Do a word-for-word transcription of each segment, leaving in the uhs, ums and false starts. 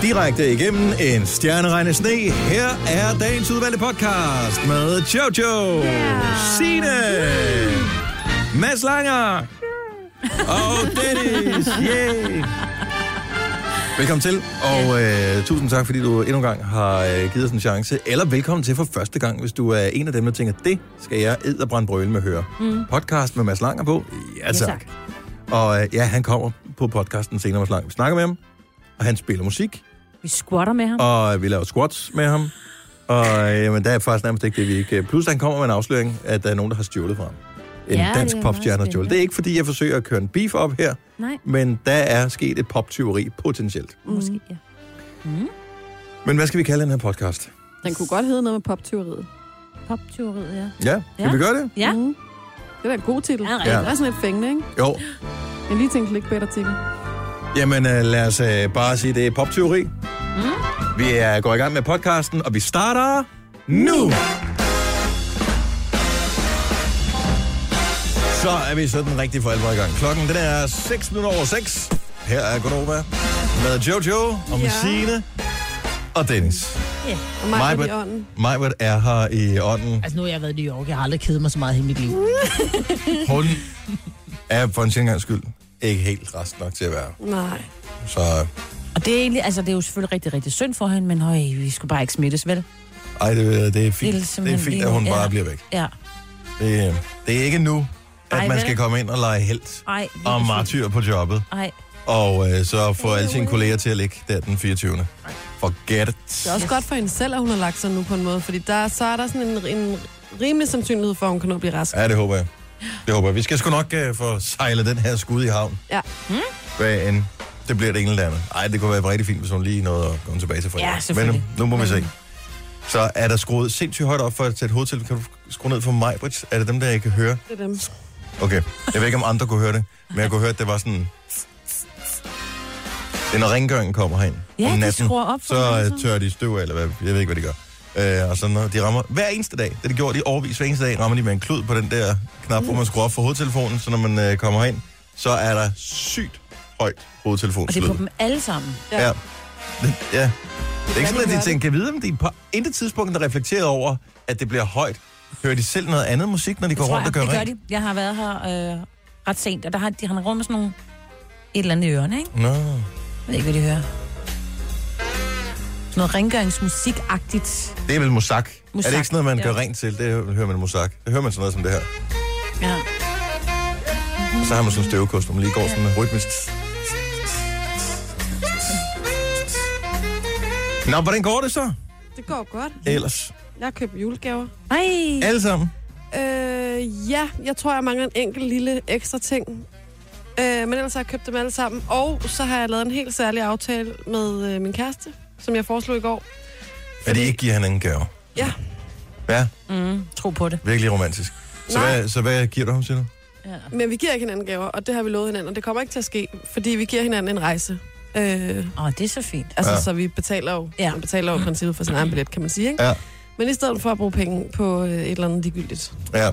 Direkte igennem en stjerneregne sne. Her er dagens udvalgte podcast med Jojo, yeah. Signe, Mads Langer og Dennis. Yeah. Velkommen til, og øh, tusind tak, fordi du endnu en gang har øh, givet os en chance. Eller velkommen til for første gang, hvis du er en af dem, der tænker, det skal jeg edderbrænde brøle med at høre. Mm. Podcast med Mads Langer på. Ja, tak. Ja, tak. Og øh, ja, han kommer på podcasten senere, Mads Langer. Vi snakker med ham, og han spiller musik. Vi squatter med ham. Og vi laver squats med ham. Og øh, men der er faktisk nærmest ikke det, vi ikke... Plus, han kommer med en afsløring, at der er nogen, der har stjålet fra ham. En ja, dansk popstjerne har stjålet. Det er ikke, fordi jeg forsøger at køre en beef op her. Nej. Men der er sket et poptyveri potentielt. Mm. Måske, ja. Mm. Men hvad skal vi kalde den her podcast? Den kunne godt hedde noget med poptyveriet. Poptyveriet, ja. Ja, kan ja. vi gøre det? Ja. Mm. Det er en god titel. Ja, ja. Det er sådan lidt fængende, ikke? Jo. Jeg lige tænkte lidt bedre titel. Jamen, uh, lad os uh, bare sige, det er poptyveri. Mm. Vi er går i gang med podcasten, og vi starter nu! Så er vi sådan rigtig for alvor i gang. Klokken den er seks minutter over seks. Her er Gonova med Jojo og med ja. Signe og Dennis. Ja, yeah. Og Majbert i ånden. Majbert er her i ånden. Altså nu har jeg været i New York. Jeg har aldrig kedet mig så meget i mit liv. Hun er for en sjældent skyld ikke helt rest nok til at være. Nej. Så... Og det er egentlig, altså det er jo selvfølgelig rigtig, rigtig synd for hende, men høj, vi skulle bare ikke smittes, vel? Ej, det, det er fint. Det er, det er fint, at hun ja. bare bliver væk. Ja. Det, det er ikke nu, at Ej, man vel? skal komme ind og lege helt Ej, og martyr på jobbet. Ej. Og øh, så få alle sine kolleger til at ligge der den fireogtyvende Forget it. Det er også yes. godt for hende selv, at hun har lagt sig nu på en måde, fordi der, så er der sådan en, en rimelig sandsynlighed for, at hun kan nå at blive rask. Ja, det håber jeg. Det håber jeg. Vi skal sgu nok uh, få sejlet den her skud i havn. Ja. Hmm? Hvad end det bliver det ene eller andet. Ej, det kunne være rigtig fint, hvis hun lige nåede at komme tilbage til fredag. Ja, selvfølgelig. Men nu må vi se. Så er der skruet sindssygt højt op for at tage et hovedtil. Kan du skrue ned for mig, Britt? Er det dem, der jeg kan høre? Det er dem. Okay. Jeg ved ikke, om andre kunne høre det, men jeg kunne høre, at det var sådan... Det er, når rengøringen kommer herind ja, om natten, de skruer op for så uh, tørrer de støv af, eller hvad, jeg ved ikke, hvad de gør. Uh, og så når de rammer hver eneste dag, det er de gjort i årvis, hver eneste dag rammer de med en klud på den der knap, mm. hvor man skruer op for hovedtelefonen, så når man uh, kommer herind, så er der sygt højt hovedtelefonslyd. Og det er på dem alle sammen. Ja. Ja. Det, ja. Det er ikke sådan, at de tænker, kan vide, om de på intet tidspunkt er reflekteret over, at det bliver højt. Hører de selv noget andet musik, når de går rundt og gør rent? Det gør de. Jeg har været her øh, ret sent, og der har de har rundt med sådan nogle et eller andet i ørerne, ikke? Nå. No. Jeg ved ikke, hvad de hører. Sådan noget rengøringsmusik-agtigt. Det er vel musak. musak. Er det ikke sådan noget, man ja. gør rent til? Det hører man musak. Det hører man sådan noget som det her. Ja. Og så har man sådan en støvkost, hvor man lige går sådan rytmisk. Nå, hvordan går det så? Det går godt. Ellers? Jeg har købt julegaver. Ej. Alle sammen? Øh, ja, jeg tror, jeg mangler en enkelt lille ekstra ting. Øh, men ellers har jeg købt dem alle sammen. Og så har jeg lavet en helt særlig aftale med øh, min kæreste, som jeg foreslog i går. Fordi... Er det ikke giver han en gave? Ja. Ja? Mm, tro på det. Virkelig romantisk. Så hvad, så hvad giver du ham, siger du? Ja. Men vi giver ikke hinanden gaver, og det har vi lovet hinanden, og det kommer ikke til at ske, fordi vi giver hinanden en rejse. Åh, øh, oh, det er så fint. Altså, ja. så vi betaler jo, ja. man betaler jo i princippet for sin egen billet, kan man sige, ikke? Ja. Men i stedet for at bruge penge på øh, et eller andet ligegyldigt. Ja.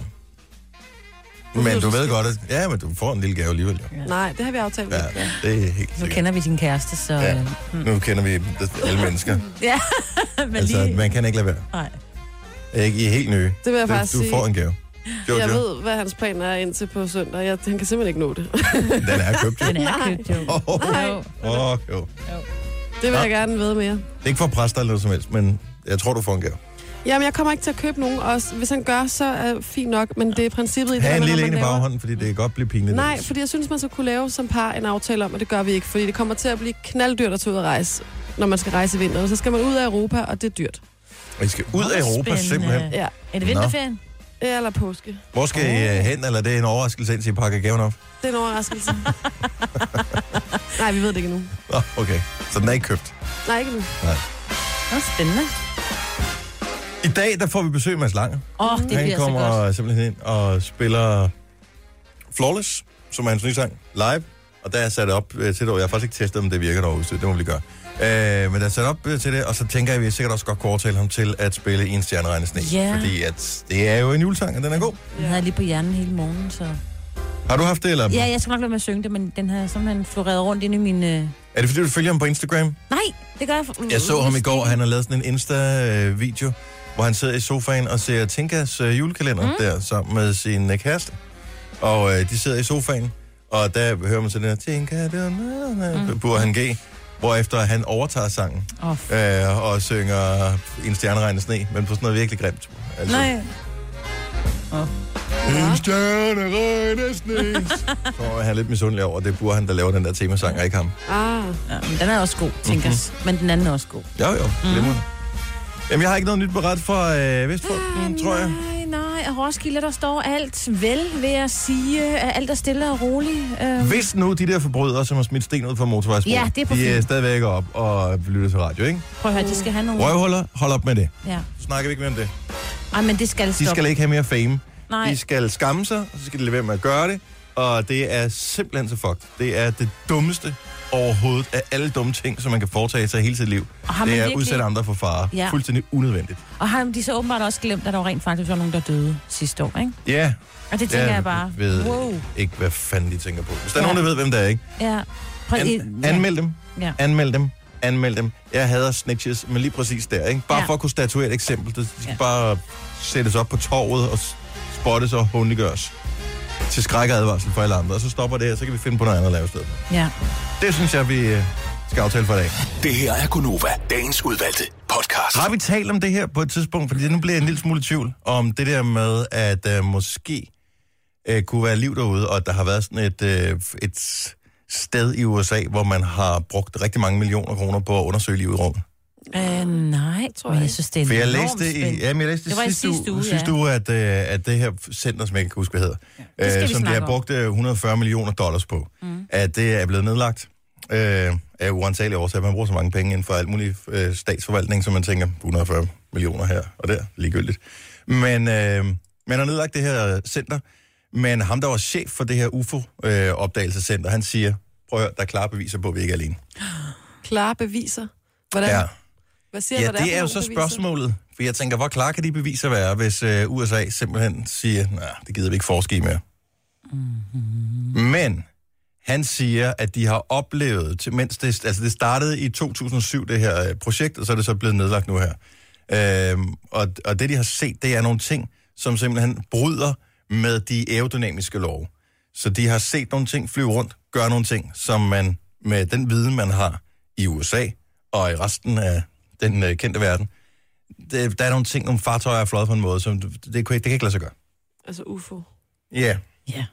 Men du ved godt, at ja, men du får en lille gave alligevel. Jo. Ja. Nej, det har vi aftalt. Ja, det er helt sikkert. Nu kender vi din kæreste, så... Ja. Hmm. Nu kender vi alle mennesker. Ja, men altså, lige... man kan ikke lade være. Nej. Ikke I er helt nye. Det vil jeg du, faktisk du sige. Du får en gave. Jo, jeg jo. ved, hvad hans plan er indtil på søndag. Jeg, han kan simpelthen ikke nå det. Den er købt, jo. Den er købt, jo. Åh, oh, oh, oh, jo. jo. Det vil ja. jeg gerne vide mere. Det er ikke for at presse dig eller noget som helst, men jeg tror, du får en gave. Jamen, jeg kommer ikke til at købe nogen, og hvis han gør, så er det fint nok, men det er princippet i det. Ha' en lille en i baghånden, fordi det kan godt blive pinligt. Nej, fordi jeg synes, man så kunne lave som par en aftale om, og det gør vi ikke, fordi det kommer til at blive knalddyrt at tage ud og rejse, når man skal rejse i vinter, og så skal man ud af Europa, og det er dyrt. Og I skal ud af Europa Spændende. simpelthen? Ja. Er det vinterferien? Ja, eller påske. Hvor skal I uh, hen, eller det er en overraskelse, indtil I pakker gaven op? Det er en overraskelse. Nej, vi ved det ikke endnu. Nå, okay. Så den er ikke købt? Nej, ikke nu. Nej. Nå, spændende. I dag, der får vi besøg af Mads Langer. Åh, oh, det bliver så godt. Han kommer simpelthen ind og spiller Flawless, som er hans nye sang, live. Og der er sat op til det, jeg har faktisk ikke testet, om det virker derude, det må vi gøre. Øh, men der er sat op til det, og så tænker jeg, at vi sikkert også godt kunne overtale ham til at spille i en stjerneregne sne. Yeah. Fordi at det er jo en julesang, og den er god. Den havde jeg lige på hjernen hele morgen, så... Har du haft det, eller? Ja, jeg skal nok lade med at synge det, men den har simpelthen floreret rundt inde i min... Øh... Er det fordi, du følger ham på Instagram? Nej, Det gør jeg. Jeg så ham i går, han har lavet sådan en Insta-video, hvor han sidder i sofaen og ser Tinkas øh, julekalender mm. der sammen med sin øh, kæreste. Og øh, de sidder i sofaen, og der hører man sådan der, Tinka, mm. burde han G, hvorefter han overtager sangen oh. øh, og synger En stjerneregn sne, men på sådan noget virkelig grimt. Altså, nej. Oh. En stjerneregn sne. Så er han lidt misundelig over, det burde han, der laver den der temasang, og ikke ham. Ah. Ja, men den er også god, Tinkas, mm-hmm. men den anden er også god. Jo, jo, glimrende. Mm. Jamen, jeg har ikke noget nyt beret fra øh, Vestfolden, tror jeg. Nej, nej. Og Roskilde, der står alt vel, ved at sige, at alt er stille og roligt. Øh. Hvis nu de der forbrydere, som har smidt sten ud fra motorvejsbroen, ja, det er de er stadigvæk op og lytter til radio, ikke? Prøv at høre, de skal have nogle... Røvhuller, hold op med det. Ja. Så snakker vi ikke mere om det. Ej, men det skal stoppe. De skal ikke have mere fame. Nej. De skal skamme sig, og så skal de lade være med at gøre det. Og det er simpelthen så fucked. Det er det dummeste overhovedet af alle dumme ting, som man kan foretage sig hele sit liv. Det er virkelig... at udsætte andre for fare. Ja. Fuldstændig unødvendigt. Og har de så åbenbart også glemt, at der var rent faktisk var nogen, der døde sidste år, ikke? Ja. Og det tænker jeg, jeg bare, ved wow. ikke, hvad fanden de tænker på. Hvis der ja. er nogen, der ved, hvem det er, ikke? Ja. Prøv, An- anmeld dem. Ja. Anmeld dem. Anmeld dem. Jeg hader snitches, men lige præcis der, ikke? Bare ja. for at kunne statuere et eksempel. Det skal ja. bare sættes op på torvet og spottes og hundliggøres. Til skræk og advarsel for alle andre. Og så stopper det her, så kan vi finde på noget andet at lave stedet. Ja. Det synes jeg, vi skal aftale for i dag. Det her er Gonova, dagens udvalgte podcast. Har vi talt om det her på et tidspunkt? Fordi nu bliver jeg en lille smule i tvivl om det der med, at uh, måske uh, kunne være liv derude, og at der har været sådan et, uh, et sted i U S A, hvor man har brugt rigtig mange millioner kroner på at undersøge liv i rummet. Uh, nej, tror jeg. Jeg synes, det er For jeg læste i, ja, jeg læste det sidste, sidste uge, sidste uge ja. at, uh, at det her center, som jeg ikke kan huske, hvad hedder, ja, uh, som de har brugt uh, et hundrede og fyrre millioner dollars på, mm. at det er blevet nedlagt uh, af uansagelige årsager. Man bruger så mange penge inden for alt muligt uh, statsforvaltning, så man tænker, et hundrede og fyrre millioner her og der, ligegyldigt. Men uh, man har nedlagt det her center, men ham, der var chef for det her U F O-opdagelsescenter, uh, han siger, prøv at høre, der er klare beviser på, at vi ikke er alene. Klare beviser? Hvordan? Ja. Hvad siger ja, der, det er, er jo så beviser? Spørgsmålet. For jeg tænker, hvor klar kan de beviser være, hvis uh, U S A simpelthen siger, nej, det gider vi ikke forske i mere. Mm-hmm. Men han siger, at de har oplevet, til, mens det, altså det startede i to tusind og syv, det her uh, projekt, og så er det så blevet nedlagt nu her. Uh, og, og det, de har set, det er nogle ting, som simpelthen bryder med de aerodynamiske love. Så de har set nogle ting flyve rundt, gøre nogle ting, som man med den viden, man har i U S A og i resten af den uh, kendte verden, det, der er nogle ting, nogle fartøjer er fløjet på en måde, som det, det, det kan ikke lade sig gøre. Altså U F O? Ja. Yeah. Ja.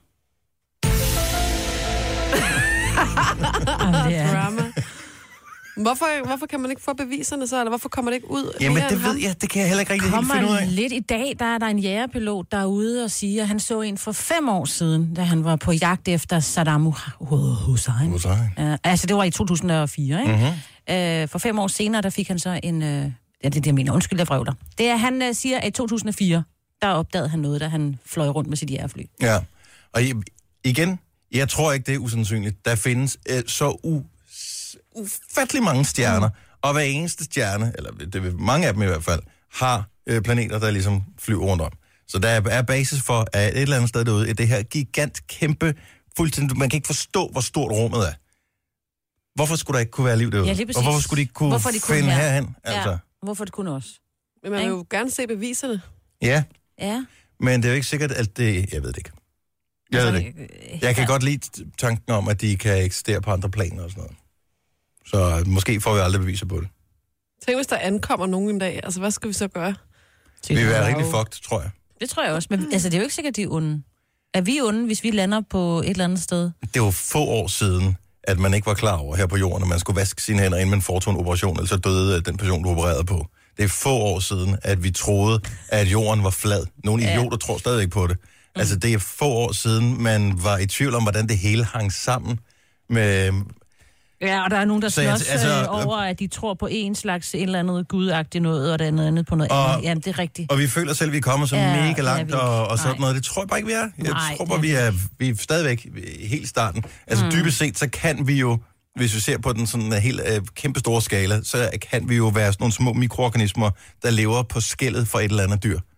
Yeah. Drama. Hvorfor, hvorfor kan man ikke få beviserne så, eller hvorfor kommer det ikke ud? Jamen, det ved jeg, det kan jeg heller ikke rigtig helt finde ud af. Lidt i dag, der er der en jægerpilot, der er ude og siger, at han så en for fem år siden, da han var på jagt efter Saddam Hussein. Hussein. Uh, altså, det var i to tusind og fire, ikke? Mm-hmm. Uh, for fem år senere, der fik han så en... Uh, ja, det er det, jeg mener. Undskyld, jeg vrøvler. Det er, han uh, siger, at i to tusind og fire, der opdagede han noget, da han fløj rundt med sit jægerfly. Ja, og igen, jeg tror ikke, det er usandsynligt. Der findes uh, så u ufattelig mange stjerner, mm. og hver eneste stjerne, eller det, mange af dem i hvert fald, har øh, planeter, der ligesom flyver rundt om. Så der er, er basis for, at et eller andet sted derude, at det her gigant, kæmpe, fuldstændig, man kan ikke forstå, hvor stort rummet er. Hvorfor skulle der ikke kunne være liv derude? Ja, og hvorfor skulle de ikke kunne de finde her? herhen? Altså? Ja, hvorfor det kunne også? Men man vil jo gerne se beviserne. Ja, ja. Men det er jo ikke sikkert, at det... Jeg ved det ikke. Jeg altså, ved det ikke. Jeg kan ja. godt lide tanken om, at de kan eksistere på andre planer og sådan noget. Så måske får vi aldrig beviser på det. Tænk, hvis der ankommer nogen en dag. Altså, hvad skal vi så gøre? Vi vil være rigtig fucked, tror jeg. Det tror jeg også. Men altså, det er jo ikke sikkert, de er onde. Er vi onde, hvis vi lander på et eller andet sted? Det var få år siden, at man ikke var klar over her på jorden, at man skulle vaske sine hænder, inden man foretog en operation, eller så døde den person, du opererede på. Det er få år siden, at vi troede, at jorden var flad. Nogle idioter ja. tror stadig ikke på det. Mm. Altså, det er få år siden, man var i tvivl om, hvordan det hele hang sammen med... Ja, og der er nogen, der slås altså, over, at de tror på en slags en eller andet gudagtigt noget, og det andet andet på noget og, andet. Jamen, det er rigtigt. Og vi føler selv, at vi er kommet så ja, mega langt, og, og sådan noget. Det tror jeg bare ikke, vi er. Jeg Nej, tror bare, vi er, vi er stadigvæk helt i starten. Altså, mm. dybest set, så kan vi jo, hvis vi ser på den sådan helt uh, kæmpe store skala, så kan vi jo være sådan nogle små mikroorganismer, der lever på skældet for et eller andet dyr.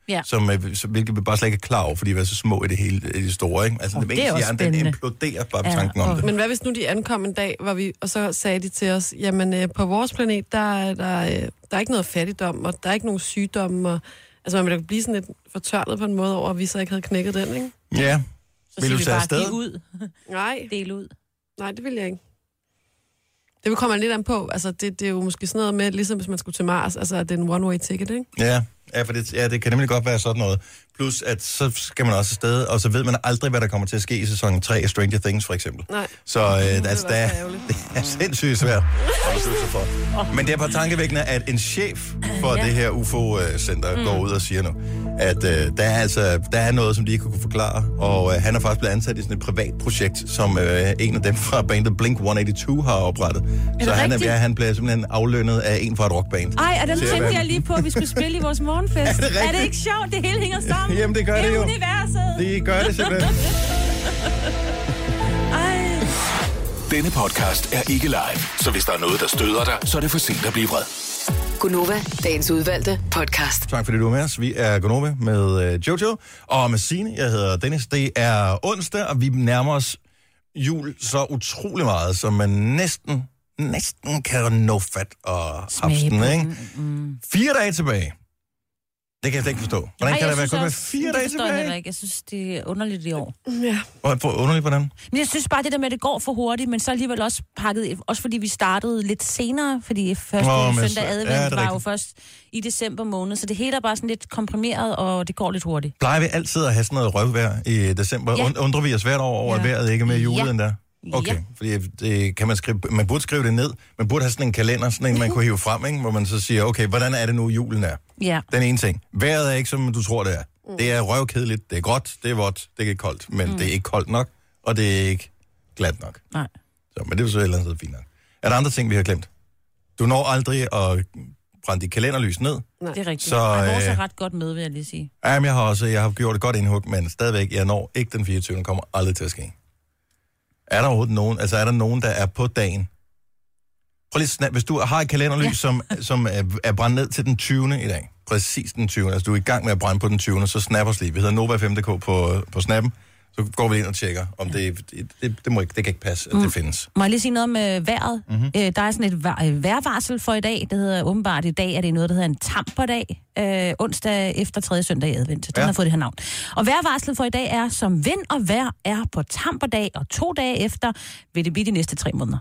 Ja. som, øh, som, hvilket vi bare slet ikke er klar over, fordi vi er så små i det hele i det store. Ikke? Altså, Oh, den det er også hjerne, den spændende. imploderer bare ved Ja, tanken om og- det. Men hvad hvis nu de ankom en dag, hvor vi, og så sagde de til os, jamen øh, på vores planet, der er der, øh, der er ikke noget fattigdom, og der er ikke nogen sygdomme, og altså man ville da blive sådan lidt fortørnet på en måde over, at vi så ikke havde knækket den, ikke? Ja, Så vil siger du vi tage bare, afsted? giv ud. Nej, Del ud. nej, det vil jeg ikke. Det vil komme lidt an på, altså det, det er jo måske sådan noget med, ligesom hvis man skulle til Mars, altså at det er en one-way ticket, ikke? Ja, ja, for det, ja, det kan nemlig godt være sådan noget. Plus, at så skal man også afsted, og så ved man aldrig, hvad der kommer til at ske i sæson tre af Stranger Things, for eksempel. Nej. Så øh, det altså, var der, så ærgerligt. det er sindssygt svært at beslutte sig for. Men det er på tankevækkende, at en chef for Ja. det her U F O-center mm. går ud og siger nu, at øh, der, er altså, der er noget, som de ikke kunne forklare, og øh, han er faktisk blevet ansat i sådan et privat projekt, som øh, en af dem fra bandet Blink et hundrede otteogtyve har oprettet. Så han, er, rigtigt? ja, han bliver simpelthen aflønnet af en fra et rockband. Ej, og den Til at tænkte være- jeg lige på, at vi skulle spille i vores morgenfest. Er det er rigtigt? det ikke sjovt? Det hele hænger sammen. Jamen, det gør det jo. Universet. Det gør det simpelthen. Ej. Denne podcast er ikke live, så hvis der er noget, der støder dig, så er det for sent at blive vred. Gunova, dagens udvalgte podcast. Tak fordi du er med os. Vi er Gonova med øh, Jojo og med Signe. Jeg hedder Dennis. Det er onsdag, og vi nærmer os jul så utrolig meget, så man næsten, næsten kan nå fat og Smage hapsen, på ikke? den. Mm. Fire dage tilbage. Det kan jeg slet ikke forstå. Hvordan Ej, kan jeg det være synes kun med også- fire det dage forstår jeg heller tilbage? ikke. Jeg synes, det er underligt i år. Ja. Hvor hvor underligt, hvordan? Men jeg synes bare, det der med, at det går for hurtigt, men så alligevel også pakket, også fordi vi startede lidt senere, fordi første Åh, oh, men søndag så- advent ja, det er var jo rigtigt. først i december måned, så det hele er bare sådan lidt komprimeret, og det går lidt hurtigt. Plejer vi altid at have sådan noget røvvejr i december? Ja. Und- Undrer vi os hvert år over, at Ja. vejret ikke er mere julet Ja. end der? Okay, Ja. fordi det kan man skrive, man burde skrive det ned. Man burde have sådan en kalender, sådan en, man kunne hive frem, ikke? Hvor man så siger, okay, hvordan er det nu, julen er? Ja. Den ene ting. Vejret er ikke, som du tror, det er. Mm. Det er røvkedeligt, det er gråt, det er vådt, det er koldt, men mm. det er ikke koldt nok, og det er ikke glat nok. Nej. Så, men det er jo så et eller andet sted fint nok. Er der andre ting, vi har glemt? Du når aldrig at brænde dit kalenderlys ned. Det er rigtigt. Så, Så, Ej, vores øh, er ret godt med, vil jeg lige sige. Jamen, jeg har også jeg har gjort et godt indhug, men stadigvæk, jeg når ikke den fireogtyvende kommer aldrig til at ske. Er der overhovedet nogen, altså er der nogen, der er på dagen? Prøv lige snap, hvis du har et kalenderlys, ja. som, som er, er brændt ned til den tyvende i dag, præcis den tyvende, altså du er i gang med at brænde på den tyvende, så snap os lige. Vi hedder Nova fem punktum d k på, på snappen, så går vi ind og tjekker, om det, det, det, det, må ikke, det kan ikke passe, at Mm. det findes. Må jeg lige sige noget om øh, vejret? Mhm. Mm-hmm. Øh, der er sådan et vær- øh, vejrvarsel for i dag. Det hedder åbenbart i dag, er det noget, der hedder en tamperdag. Øh, onsdag efter tredje søndag i advent. Den Ja. ja. har fået det her navn. Og vejrvarslet for i dag er, som vind og vejr er på tamperdag, og to dage efter vil det blive de næste tre måneder.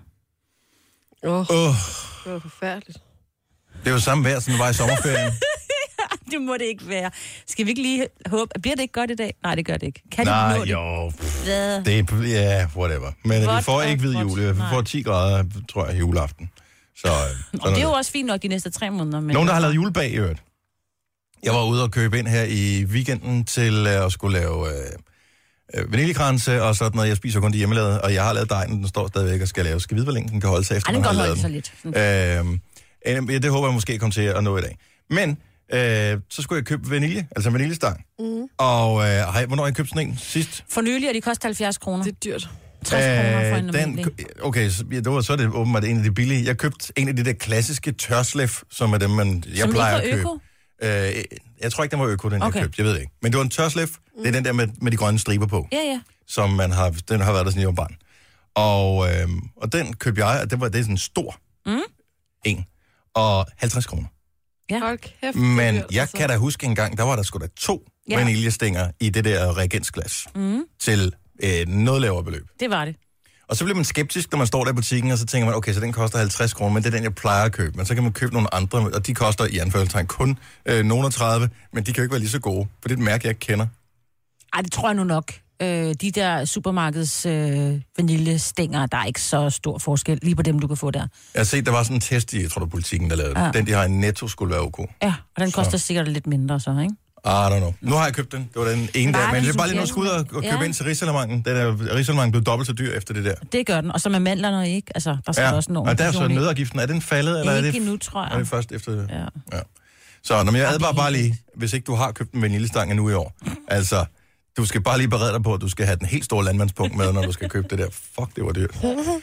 Åh, oh, Uh, det var forfærdeligt. det er jo samme vejr, som det var i sommerferien. Det må det ikke være. Skal vi ikke lige håbe? Bliver det ikke godt i dag? Nej, det gør det ikke. Kan Nej, det nå det? jo. Ja. Det er, ja, whatever. Men vi What får a ikke hvid what? jul. Vi Nej. får ti grader, tror jeg, juleaften. Så, øh, Og sådan det er jo det. også fint nok de næste tre måneder. Men Nogen, der har lavet julebag i øvrigt. Jeg var ude og købe ind her i weekenden til øh, at skulle lave øh, øh, vaniljekranse og sådan noget. Jeg spiser kun de hjemmelavede, og jeg har lavet dejen, den står stadigvæk og skal lave. Skal vide, hvor længe den kan holde sig efter, Ej, den man kan har godt holde lavet sig lidt. den. Øh, ja, det håber jeg måske kommer til at nå i dag. Men øh, så skulle jeg købe vanilje, altså en vaniljestang. Mm. Og øh, hej, hvornår har jeg købt sådan en sidst? For nylig, og de koster halvfjerds kroner. Det er dyrt. tres kroner for en Øh, den, almindelig. okay, så, ja, det var, så er det åbenbart en af de billige. Jeg købte en af de der klassiske tørslæf, som er dem, man, jeg Som plejer ikke at var købe. øko? Øh, jeg tror ikke, den var øko, den Okay. jeg købte. Jeg ved det ikke. Men det var en tørslæf. Mm. Det er den der med, med de grønne striber på, Ja, ja. som man har, den har været der siden jeg var barn. Og, øh, og den købte jeg, og det var det er sådan en stor Mm. en. Og halvtreds kroner. Ja. Hold kæft, det er Men dyrt, jeg altså. kan da huske en gang, der var der sgu da to Ja. vaniljestænger i det der reagensglas Mm. til øh, noget lavere beløb. Det var det. Og så bliver man skeptisk, når man står der i butikken, og så tænker man, okay, så den koster halvtreds kroner, men det er den, jeg plejer at købe. Men så kan man købe nogle andre, og de koster i anførselstegn kun øh, nogle af tredive, men de kan jo ikke være lige så gode, for det er et mærke, jeg ikke kender. Ej, det tror jeg nu nok. Øh, de der supermarkeds øh, vaniljestænger, der er ikke så stor forskel lige på dem, du kan få der. Jeg har set, der var sådan en test i, jeg tror, det var politikken, der lavede Ja. ja. Den, de har i Netto, skulle være ok. Ja, og den koster Så. sikkert lidt mindre så, ikke? I don't know. Nu har jeg købt den. Det var den ene Bare der. Men det er ligesom bare lige nu at skulle ud og, og købe Ja. ind til Rigsalermangen. Den er, Rigsalermangen blev dobbelt så dyr efter det der. Det gør den. Og så med mandlerne ikke. Altså, der skal Ja, også nogen. og der er så nødafgiften. Er den faldet, eller er det, Ikke endnu, tror er jeg. det først efter det? Ja. Ja. Så når jeg det advarer er bare helt lige, hvis ikke du har købt en vaniljestang endnu i år. Altså, du skal bare lige berede dig på, at du skal have den helt store landmandspunkt med, når du skal købe det der. Fuck, det var dyrt.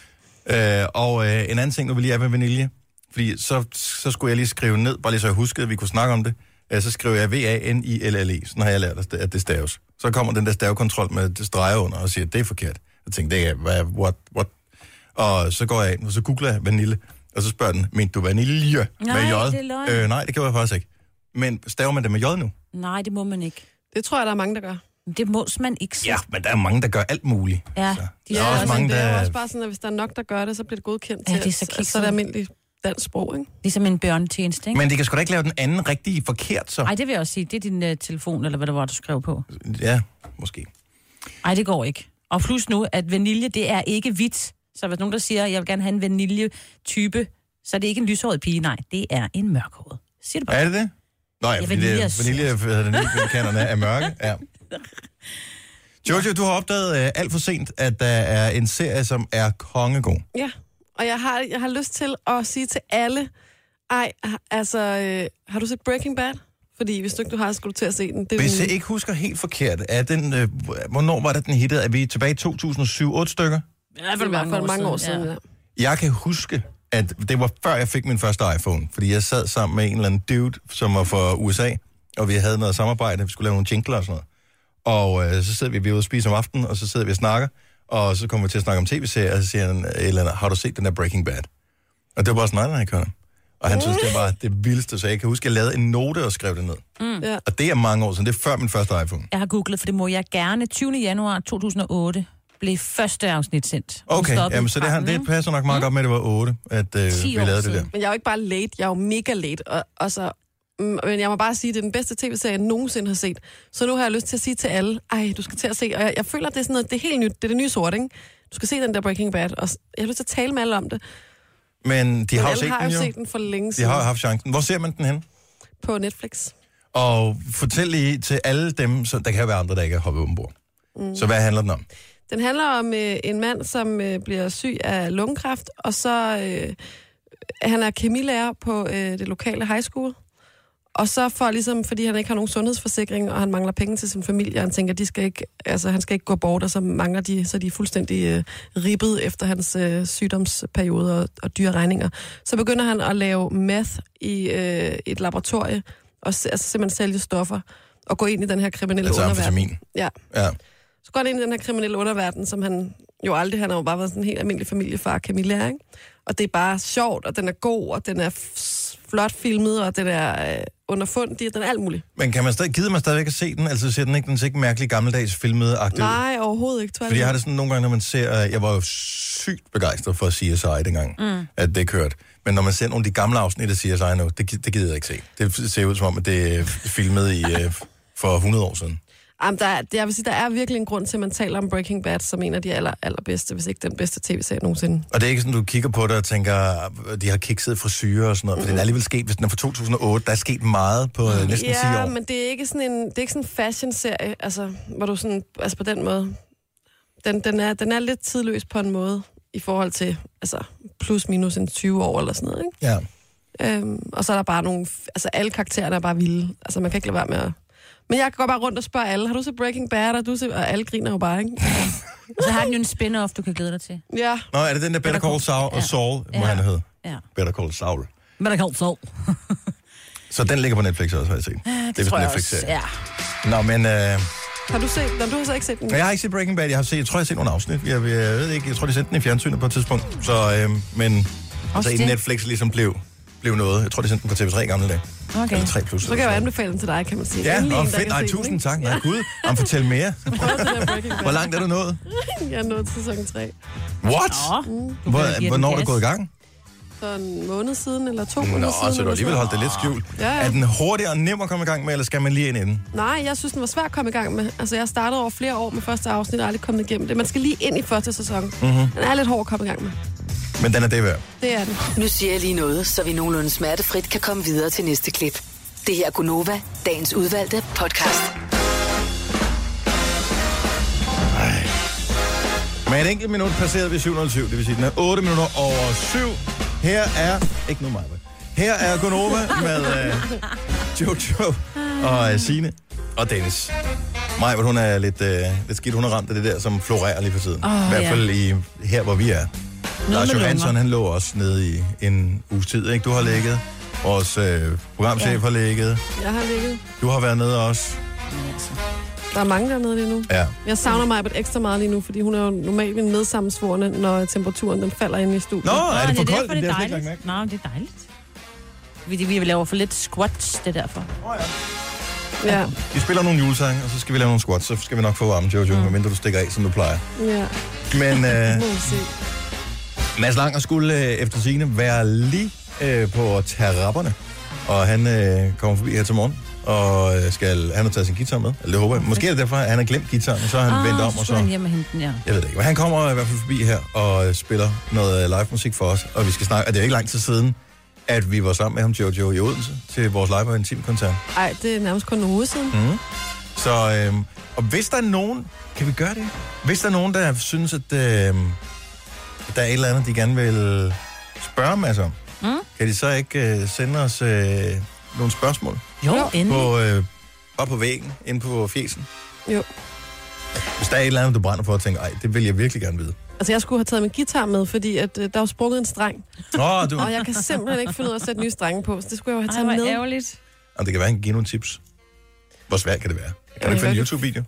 øh, og øh, en anden ting, nu vil lige have med vanilje. Fordi så, så skulle jeg lige skrive ned, bare lige så jeg huskede, at vi kunne snakke om det. øh, så skriver jeg V A N I L L E. Sådan har jeg lært, at det staves. Så kommer den der stavekontrol med streger under og siger, at det er forkert. Jeg tænker, det er, hvad, what, what? Og så går jeg ind, og så googler jeg vanille. Og så spørger den, mente du vanilje nej, med J? Det er løgn. øh, nej, det kan jeg faktisk ikke. Men staver man det med J nu? Nej, det må man ikke. Det tror jeg, der er mange, der gør. Det må man ikke. Ja, men der er mange, der gør alt muligt. Ja, så. de Der er Ja, også altså, mange, det er jo der... også bare sådan, at hvis der er nok, der gør det, så bliver det godkendt Ja, til, det er så at- kikset. så er det almindeligt dansk sprog, ikke? Ligesom en bjørnetjeneste, ikke? Men det kan sgu da ikke lave den anden rigtig forkert, så. Nej, det vil jeg også sige. Det er din uh, telefon, eller hvad det var, du skrev på. Ja, måske. Nej, det går ikke. Og plus nu, at vanilje, det er ikke hvidt. Så hvis nogen, der siger, at jeg vil gerne have en vanilje-type, så er det ikke en lyshåret pige. Nej, det er en mørkhåret. Siger det bare. Er det det? Nå ja, Ja, fordi vanilje det er er vaniljekanerne er mørke. Ja. Jojo, du har opdaget uh, alt for sent, at der er en serie, som er kongegod. Ja, og jeg har, jeg har lyst til at sige til alle, ej, altså, øh, har du set Breaking Bad? Fordi hvis du ikke du har, skulle du til at se den. Det er Hvis den- jeg ikke husker helt forkert, er den, øh, hvornår var det, den hittede? Er vi tilbage i to tusind og syv otte stykker? I hvert det er i hvert fald mange år siden, ja. Jeg kan huske, at det var før jeg fik min første iPhone, fordi jeg sad sammen med en eller anden dude, som var fra U S A, og vi havde noget samarbejde, vi skulle lave nogle jingler og sådan noget. Og øh, så sidder vi, vi er ude og spise om aftenen, og så sidder vi og snakker, og så kommer vi til at snakke om tv-serier, og så siger han, eller har du set den der Breaking Bad? Og det var bare sådan, nej, nej, jeg Og han synes, det var det vildeste, så jeg kan huske, at jeg lavede en note og skrev det ned. Mm. Ja. Og det er mange år siden, det er før min første iPhone. Jeg har googlet, for det må jeg gerne. tyvende januar to tusind og otte blev første afsnit sendt. Og Okay, stoppede jamen, så det, her, tretten, det passer nok meget mm. godt med, at det var otte, at øh, vi år lavede det siden. der. Men jeg er jo ikke bare late, jeg er jo mega late. Og, og så, mm, men jeg må bare sige, at det er den bedste tv-serie, jeg nogensinde har set. Så nu har jeg lyst til at sige til alle, ej, du skal til at se. Og jeg, jeg føler, at det er sådan noget, det er helt nyt, det er det nye sort, ikke? Du skal se den der Breaking Bad, og jeg har lyst til at tale med alle om det. Men de har jo alle set har den jo jo. set den for længe De siden har jo haft chancen. Hvor ser man den hen? på Netflix. Og fortæl lige til alle dem, så der kan jo være andre, der ikke er hoppet ovenbord. Mm. Så hvad handler den om? Den handler om øh, en mand, som øh, bliver syg af lungekræft, og så øh, han er kemilærer på øh, det lokale high school. Og så for, ligesom, fordi han ikke har nogen sundhedsforsikring, og han mangler penge til sin familie, og han tænker, de skal ikke, altså, han skal ikke gå bort, og så mangler de, så de er fuldstændig øh, ribbet efter hans øh, sygdomsperiode og, og dyre regninger. Så begynder han at lave meth i øh, et laboratorie, og altså, simpelthen sælge stoffer, og gå ind i den her kriminelle Altså underverden. amfetamin. Ja. Ja. Så går han ind i den her kriminelle underverden, som han jo aldrig, han har jo bare været sådan en helt almindelig familiefar, Camilla, ikke? Og det er bare sjovt, og den er god, og den er f- flot filmet, og den er øh, underfundig, og den er alt muligt. Men kan man stadig, gider man stadigvæk at se den? Altså ser den ikke, den ser ikke mærkelig gammeldags filmet agtigt ud? Nej, overhovedet ikke. Fordi jeg har det sådan nogle gange, når man ser... Jeg var jo sygt begejstret for C S I dengang, mm. at det kørte. Men når man ser nogle af de gamle afsnit af C S I nu, det, det gider jeg ikke se. Det ser ud som om, at det er filmet i, uh, for hundrede år siden. Jamen, der er, jeg vil sige, der er virkelig en grund til, at man taler om Breaking Bad som en af de aller, allerbedste, hvis ikke den bedste tv-serie nogensinde. Og det er ikke sådan, du kigger på det og tænker, de har kikset frisyrer og sådan noget. Mm. For det er alligevel sket, hvis den er fra to tusind og otte, der er sket meget på mm. næsten ja, ti år. men det er ikke sådan en, det er ikke sådan en fashion-serie, altså, hvor du sådan, altså på den måde, den, den, er, den er lidt tidløs på en måde, i forhold til, altså, plus minus en tyve år eller sådan noget, ikke? Ja. Øhm, og så er der bare nogle, altså alle karaktererne er bare vilde, altså man kan ikke lade være med at... Men jeg går bare rundt og spørger alle, har du set Breaking Bad, og, du set, og alle griner jo bare, ikke? Og så har den jo en spin-off, du kan glæde dig til. Ja. Nå, er det den der Better Call Saul, Ja. Saul må Ja. han hedde? Ja. Better Call Saul. Better Call Saul. Så den ligger på Netflix også, har jeg set. Ja, det, det det er tror jeg Netflix, også. ja. Ja. Nå, men... Øh, Har du set den? Du har så ikke set den? jeg har ikke set Breaking Bad. Jeg har set, jeg tror, jeg har set nogle afsnit. Jeg, jeg ved ikke, jeg tror, de sendte den i fjernsynet på et tidspunkt. Så, øh, men altså, det. i Netflix ligesom blev, blev noget. Jeg tror, de sendte den på T V tre gamle dage. Okay. Eller tre plus. Så kan jeg jo anbefale den til dig, kan man sige. Ja, Endelig og en, der fedt. kan Nej, se den, tusind ikke? tak. Nej, gud. Om fortæl mere. Prøv den der Breaking Bad. Hvor langt er du nået? Jeg er nået til sæson tre. What? Nå, Hvor, hvornår er du gået i gang? For en måned siden, eller to Nå, måneder siden. så du eller alligevel sådan holdt det lidt skjult. Ja, ja. Er den hurtigere og nemmere at komme i gang med, eller skal man lige ind i den? Nej, jeg synes, den var svær at komme i gang med. Altså, jeg startede over flere år med første afsnit, og aldrig kommet igennem det. Man skal lige ind i første sæson. Mm-hmm. Den er lidt hård at komme i gang med. Men den er det værd. Det er den. Nu siger jeg lige noget, så vi nogenlunde smertefrit kan komme videre til næste klip. Det her er Gunova, dagens udvalgte podcast. Med et enkelt minut passerede vi syv nul syv, det vil sige, den er otte minutter over syv. Her er... Ikke nu mig, Her er Gunova med uh, Jojo og uh, Signe og Dennis. Maj, hun er lidt, uh, lidt skidt. Hun har ramt af det der, som florerer lige for tiden. Oh, I hvert ja. fald i, her, hvor vi er. Lars med Johansson, lunger. han lå også nede i en uges tid, ikke? Du har ligget Vores øh, programchef ja. har ligget. Jeg har ligget. Du har været nede også. Der er mange dernede lige nu. Ja. Jeg savner mig ekstra meget lige nu, fordi hun er jo normalt min medsammensvorne, når temperaturen den falder ind i studiet. Nå, er det for det er koldt? derfor, det er har jeg dejligt. slet ikke Nå, det er dejligt. Vi, vi laver for lidt squats, det er derfor. Oh, ja. Ja. Vi spiller nogle julesange, og så skal vi lave nogle squats, så skal vi nok få varme, Jojo, mm. medmindre du stikker af, som du plejer. Ja. Men øh, Må vi se. Mads Langer skulle øh, efter sigende være lige øh, på terrapperne, og han øh, kommer forbi her til morgen, og øh, skal, han har taget sin guitar med. Eller det håber jeg. Måske er det derfor, at han har glemt guitaren, og så har han ah, vendt om, og så... han hjem og hente den, ja. Jeg ved det ikke, men han kommer i hvert fald forbi her og spiller noget live musik for os, og vi skal snakke, og det er ikke lang tid siden, at vi var sammen med ham, Jojo, i Odense, til vores live- og intim-koncert. Ej, det er nærmest kun en uge siden. Mm. Så, øh, og hvis der er nogen, kan vi gøre det? Hvis der er nogen, der synes, at, øh, at der er et eller andet, de gerne vil spørge Mads om, mm. kan de så ikke øh, sende os øh, nogle spørgsmål? Jo, endelig. På, øh, bare på væggen, inde på fjesen. Jo. Hvis der er et eller andet, du brænder for at tænke, ej, det vil jeg virkelig gerne vide. Altså, jeg skulle have taget min guitar med, fordi at, øh, der var sprunget en streng. Oh, du... Og jeg kan simpelthen ikke finde ud af at sætte nye strenge på, så det skulle jeg jo have Ej, taget hvor med. ærgerligt. Og det kan være, at han kan give nogle tips. Hvor svært kan det være? Kan Ja, du ikke finde en jeg- YouTube-video?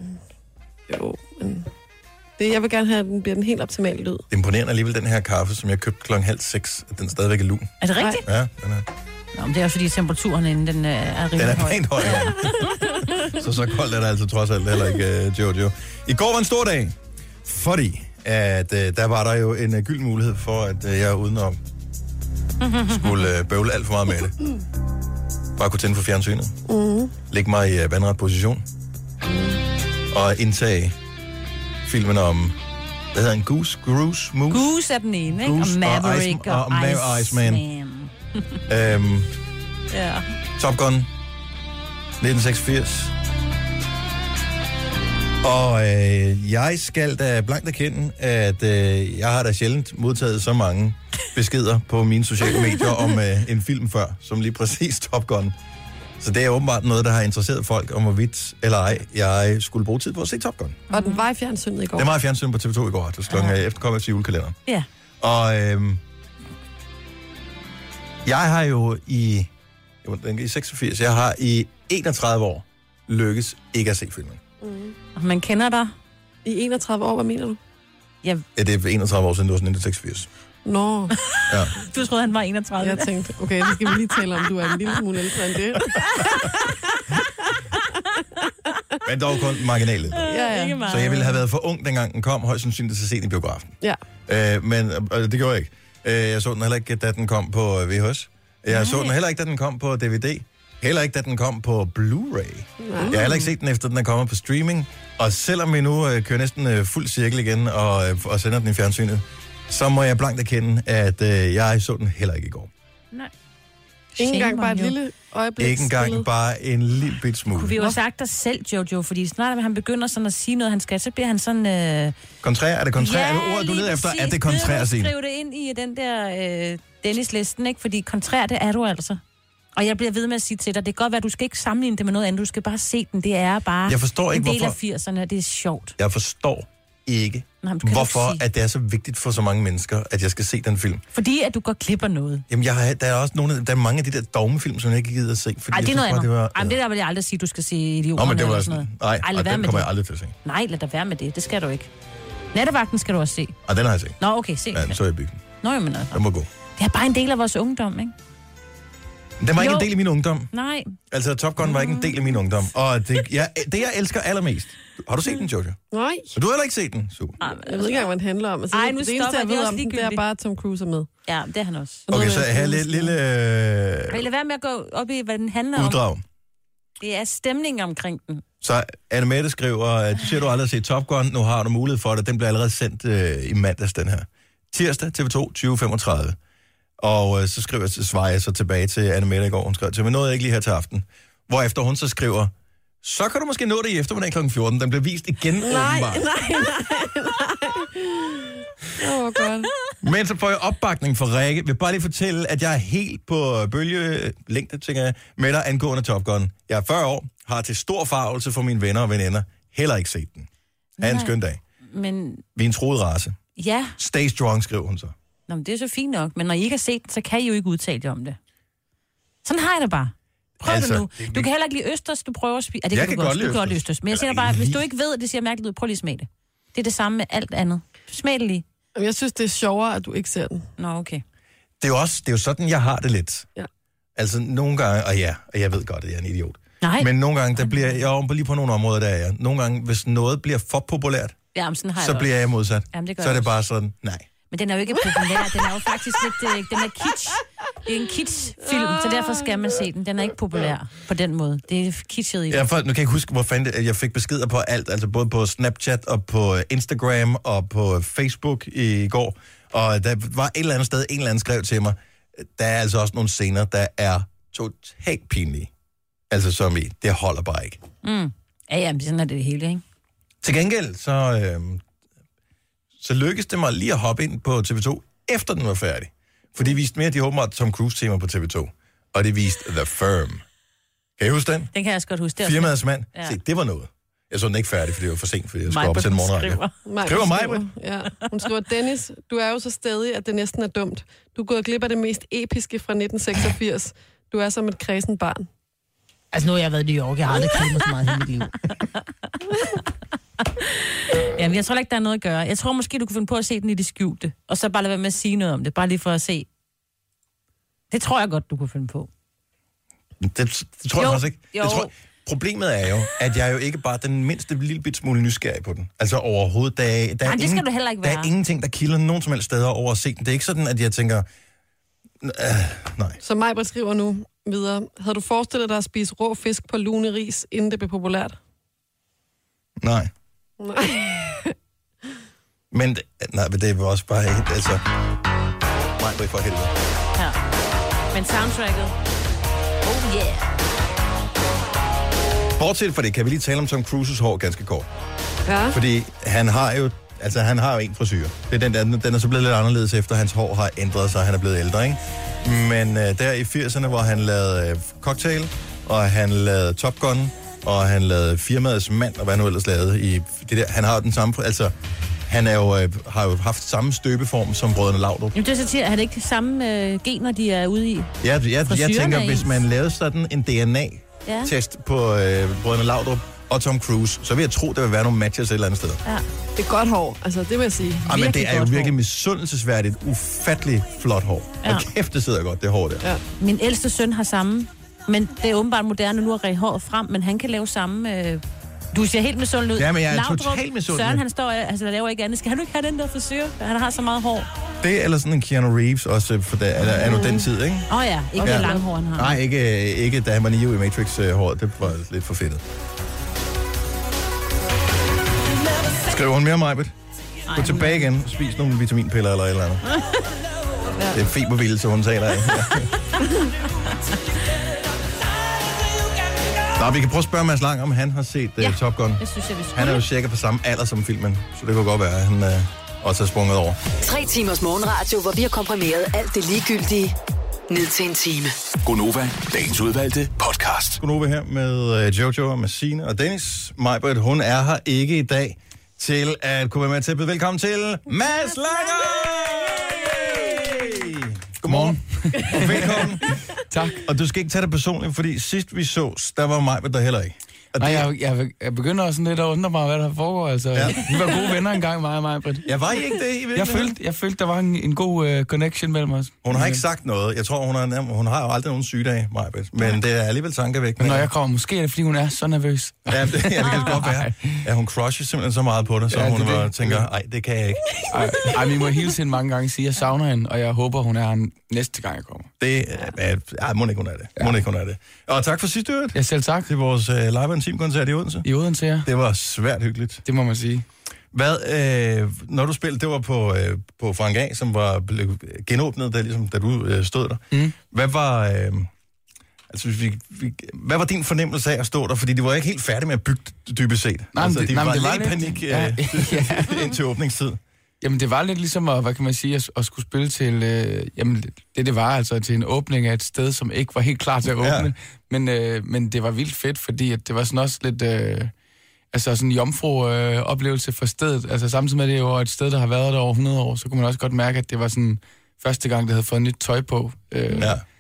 Jo, men det, jeg vil gerne have, at den bliver den helt optimale lyd. Det er imponerende alligevel, den her kaffe, som jeg købte klokken halv seks, at den stadigvæk er lun. Er det rigtigt? Ja, den er, Nå, men det er også fordi temperaturen inden den øh, er den rimelig er høj. pænt høj. Ja. Så så koldt er der altså trods alt heller ikke, uh, Jojo. I går var en stor dag, fordi at, uh, der var der jo en uh, gylden mulighed for, at uh, jeg udenom skulle uh, bøvle alt for meget med det. Bare kunne tænde for fjernsynet. Mm. Lægge mig i uh, vandret position. Og indtage filmen om, hvad hedder en Goose? Goose? Moose? Goose er den ene, ikke? Goose Og Maverick og, Ice, og, og, og Iceman. Iceman. Øhm, Ja. Top Gun nitten seksogfirs. Og øh, jeg skal da blankt erkende, at øh, jeg har da sjældent modtaget så mange beskeder på mine sociale medier om øh, en film før, som lige præcis Top Gun. Så det er åbenbart noget, der har interesseret folk om, hvorvidt eller ej, jeg skulle bruge tid på at se Top Gun. Og den var i fjernsynet i går. Det var i fjernsyn på T V to i går, det klokken Ja. efterkommet til julekalenderen. Ja. Og øhm, jeg har jo i, jo, den er i seksogfirs, jeg har i enogtredive år lykkes ikke at se filmen. Mm. Man kender dig. I enogtredive år, hvad mener du? Ja, Ja, det er enogtredive år siden, det var sådan nitten seksogfirs. Nå, Ja. du troede, han var enogtredive. jeg tænkte, okay, det skal vi lige tale om, du er en lille smule ældre end det. Men dog kun marginalet. Ja, ja. Ikke meget. Så jeg ville have været for ung, dengang den kom, højst sandsynligt til at se den i biografen. Ja. Øh, men øh, det gjorde jeg ikke. Øh, jeg så den heller ikke, da den kom på V H S. Jeg Nej. så den heller ikke, da den kom på D V D. Heller ikke, da den kom på Blu-ray. Nej. Jeg har heller ikke set den, efter den er kommet på streaming. Og selvom vi nu øh, kører næsten øh, fuld cirkel igen og, øh, og sender den i fjernsynet, så må jeg blankt erkende, at øh, jeg så den heller ikke i går. Nej. Ikke engang Shame bare on et you. lille øjeblik. Ikke engang bare en lille bit smule. Kunne vi jo have sagt dig selv, Jojo, fordi snart at han begynder sådan at sige noget, han skal, så bliver han sådan... Øh... Kontrær, er det kontrær? Ja, er det ordet, du lige leder efter? præcis. Er det kontrær, Ved du, Signe? Skriv det ind i den der øh, Dennis-listen, ikke? Fordi kontrær, det er du altså. Og jeg bliver ved med at sige til dig, det kan godt være, du skal ikke sammenligne det med noget andet, du skal bare se den. Det er bare Jeg forstår ikke, en del hvorfor- af firserne, det er sjovt. Jeg forstår ikke, Nej, men det kan du hvorfor ikke sige. at det er så vigtigt for så mange mennesker, at jeg skal se den film. Fordi at du går klipper noget. Jamen, jeg har, der er også nogle, af- der er mange af de der dogmefilm, som jeg ikke gider at se. Fordi Ej, jeg det er noget synes andet. bare, Det, det var, Ej, men det der vil jeg aldrig sige, du skal se idioterne Nå, men det var eller sådan, sådan noget. nej, Ej, lad og være den med kommer det. jeg aldrig til at se. Nej, lad da være med det. Det skal du ikke. Nattevagten skal du også se. Og den har jeg set. Nå, okay, se. Ja, så er jeg bygden. Nå, jamen altså. Den må gå. Det er bare en del af vores ungdom, ikke? Den var ikke Jo. en del af min ungdom. Nej. Altså, Top Gun var ikke en del af min ungdom. Og det, jeg, det jeg elsker allermest... Har du set den, Jojo? Nej, Og du har heller ikke set den? Super. Ej, jeg ved ikke engang, hvad den handler om. Altså, Ej, nu det eneste, stopper jeg det ved også om den, det er ligegyldigt. bare, at Tom Cruise er med. Ja, det er han også. Okay, Noget så med her en lidt lille øh, Kan I lade være med at gå op i, hvad den handler om? uddrag. Det er stemningen omkring den. Så Anne Mette skriver, at du siger, du aldrig har set Top Gun. Nu har du mulighed for det. Den bliver allerede sendt øh, i mandags, den her. Tirsdag, T V to, tyve femogtredive. Og øh, så skriver jeg, så svarer jeg så tilbage til Anne Mette i går. Hun skrev til mig, nåede jeg ikke lige her til aften. Hvorefter hun så skriver, så kan du måske nå det i eftermiddag klokken fjorten. Den bliver vist igen, Nej, åbenbart. nej, nej, nej. Åh, oh, godt. Men så får jeg opbakning fra Rikke. Jeg vil bare lige fortælle, at jeg er helt på bølgelængde, tænker jeg, med dig angående Top Gun. Jeg er fyrre år, har til stor farvelse for mine venner og veninder heller ikke set den. Ha' en Nej. skøn dag. Men Vi er en troet race. ja, Stay strong, skriver hun så. Nå, men det er så fint nok. Men når I ikke har set den, så kan I jo ikke udtale jer om det. Sådan har jeg det bare. Prøv Altså, det nu. det- Du kan heller ikke lide østers, du prøver at spise... Ah, det Jeg kan kan du godt godt, lide du kan godt lide østers. østers. Men jeg Eller siger bare, hvis lige- du ikke ved, at det ser mærkeligt ud, prøv lige at smage det. Det er det samme med alt andet. Smag det lige. Jamen, jeg synes, det er sjovere, at du ikke ser den. Nå, okay. Det er jo også, det er jo sådan, jeg har det lidt. Ja. Altså, nogle gange, og ja, og jeg ved godt, at jeg er en idiot. Nej. Men nogle gange, der bliver jeg, jo, lige på nogle områder, der er jeg. Nogle gange, hvis noget bliver for populært, Jamen, sådan har jeg så det bliver jeg modsat. Jamen, det gør Så er jeg det bare sådan, nej. Men den er jo ikke populær. Den er jo faktisk lidt... Øh, den er kitsch. Det er en kitsch-film, så derfor skal man se den. Den er ikke populær på den måde. Det er kitschet i. Jeg, for, nu kan jeg ikke huske, hvor fanden det, jeg fik beskeder på alt, altså både på Snapchat og på Instagram og på Facebook i går. Og der var et eller andet sted, en eller anden skrev til mig, der er altså også nogle scener, der er totalt pinlige. Altså som i, det holder bare ikke. Mm. Ja, jamen, sådan er det hele, ikke? Til gengæld, så, øh, så lykkedes det mig lige at hoppe ind på T V to, efter den var færdig. For de viste mere, de åbenbart Tom Cruise-tema på T V to. Og det viste The Firm. Kan I huske den? Den kan jeg også godt huske. Det er Firmaets mand. Ja. Se, det var noget. Jeg så den ikke færdig, fordi det var for sent, fordi jeg skulle Maj, op til en hun morgenradio. skriver. Maj, Skriver hun Maj, skriver, ja. Hun skriver, Dennis, du er jo så stedig, at det næsten er dumt. Du er gået glip af det mest episke fra nitten seksogfirs. Du er som et kredsen barn. Altså, nu har jeg været i New York. Jeg har aldrig kædet mig så meget i hele mit liv. Jamen, jeg tror ikke, der er noget at gøre. Jeg tror måske, du kunne finde på at se den i det skjulte. Og så bare lade være med at sige noget om det. Bare lige for at se. Det tror jeg godt, du kunne finde på. Det, det tror Jo, jeg faktisk ikke. jo. Det tror, problemet er jo, at jeg er jo ikke bare den mindste lille bit smule nysgerrig på den. Altså overhovedet, der er, der er, Nej, det skal ingen, du heller ikke der er være. ingenting, der kilder nogen som helst steder over at se den. Det er ikke sådan, at jeg tænker, øh, nej. Så Maj beskriver nu videre. Havde du forestillet dig at spise rå fisk på lune ris, inden det blev populært? Nej. Nej. Men, nej, men det er også bare ikke, altså... Nej, det er for helvede. Ja. Men soundtracket... Oh yeah! Bortset fra det, kan vi lige tale om Tom Cruises hår ganske kort. Ja. Fordi han har jo, altså han har jo en frisyr. Det er den der, den er så blevet lidt anderledes efter, hans hår har ændret sig, han er blevet ældre, ikke? Men øh, der i firserne, hvor han lavede øh, Cocktail, og han lavede Top Gun, og han lavede Firmaets mand, og hvad han nu ellers lavede i det der, han har jo den samme, altså han er jo, øh, har jo haft samme støbeform som brødrene Laudrup. Jamen, det er så til, at det ikke de samme øh, gener, de er ude i. Jeg, jeg, jeg, jeg Frisyrerne tænker, er hvis ens. man lavede sådan en D N Ja. A-test på øh, brødrene Laudrup og Tom Cruise, så vil jeg tro, der vil være nogle matches et eller andet sted. Ja. Det er godt hår, altså det vil jeg sige. Ja, men Virkelig det er jo godt virkelig hår. misundelsesværdigt, ufattelig flot hår. Ja. Og kæft, det sidder godt, det hår der. Ja. Min ældste søn har samme, men det er åbenbart moderne nu at ræge håret frem, men han kan lave samme... Øh... Du ser helt misundelig ud. Ja, men jeg er Laudrup, totalt misundelig. Søren, han står altså, der laver ikke andet. Skal han nu ikke have den der frisyr? Han har så meget hår. Det eller sådan en Keanu Reeves også, for der, eller er nu den tid, ikke? Åh oh, ja, ikke Ja. det lange hår, han har. Nej, ikke, ikke da han var Neo i Matrix-håret. Det var lidt for fedtet. Skriver hun mere, Majbet? Gå tilbage igen. Spis nogle vitaminpiller eller et eller andet. Det er febervildelse, hun taler af. Nå, vi kan prøve at spørge Mads Lang, om han har set uh, Ja. Top Gun. Det synes jeg, vi skulle. Han er jo cirka på samme alder som filmen, så det kunne godt være, at han uh, også har sprunget over. Tre timers morgenradio, hvor vi har komprimeret alt det ligegyldige ned til en time. Gonova, dagens udvalgte podcast. Godnova her med uh, Jojo og med Signe og Dennis. Majbert, hun er her ikke i dag til at kunne være med til at byde velkommen til Mads Langer! Godmorgen. Og velkommen. Tak. Og du skal ikke tage det personligt, fordi sidst vi så, der var Majbert der heller ikke. Og Nej, det, jeg, jeg, jeg begynder også sådan lidt at undre mig, hvad der foregår. Altså, Ja. ja. Vi var gode venner engang, mig og mig, Britt. jeg var I ikke det i Jeg virkeligheden? følte, jeg følte, der var en, en god uh, connection mellem os. Hun har ikke sagt noget. Jeg tror, hun har, nærmere- hun har jo aldrig nogen sygedage, Majbert. Men det er alligevel tankevækkende. Men når jeg kommer, måske er det, fordi hun er så nervøs. Ja, det, ja, det kan godt være. Ja, hun crusher simpelthen så meget på det, så Ja, ja, hun det er bare det. tænker, ej, det kan jeg ikke. Ej, ej, vi må hele tiden mange gange sige, at jeg savner hende, og jeg håber, hun er her næste gang, jeg kommer. Det er... Ej, må ikke hun er det. Må ikke hun er det. Og tak for sidste øvrigt. Ja, selv tak. Til vores uh, live intimkoncert i Odense. I Odense her. Det var svært hyggeligt. Det må man sige. Hvad, øh, når du spillede, det var på, øh, på Frank A, som var blevet genåbnet, da, ligesom, da du øh, stod der. Mm. Hvad var... Øh, altså, vi, vi, hvad var din fornemmelse af at stå der? Fordi de var ikke helt færdige med at bygge det, dybest set. Nej, altså, det- de nej, var men det lidt var i lidt- panik ja, øh, ja. indtil åbningstid. Jamen, det var lidt ligesom at, hvad kan man sige, at, at skulle spille til, øh, jamen, det det var altså til en åbning af et sted, som ikke var helt klar til at åbne. Ja. Men, øh, men det var vildt fedt, fordi at det var sådan også lidt, øh, altså sådan en jomfru-oplevelse for stedet. Altså samtidig med, det er jo et sted, der har været der over hundrede år, så kunne man også godt mærke, at det var sådan første gang, det havde fået nyt tøj på. Øh, Ja.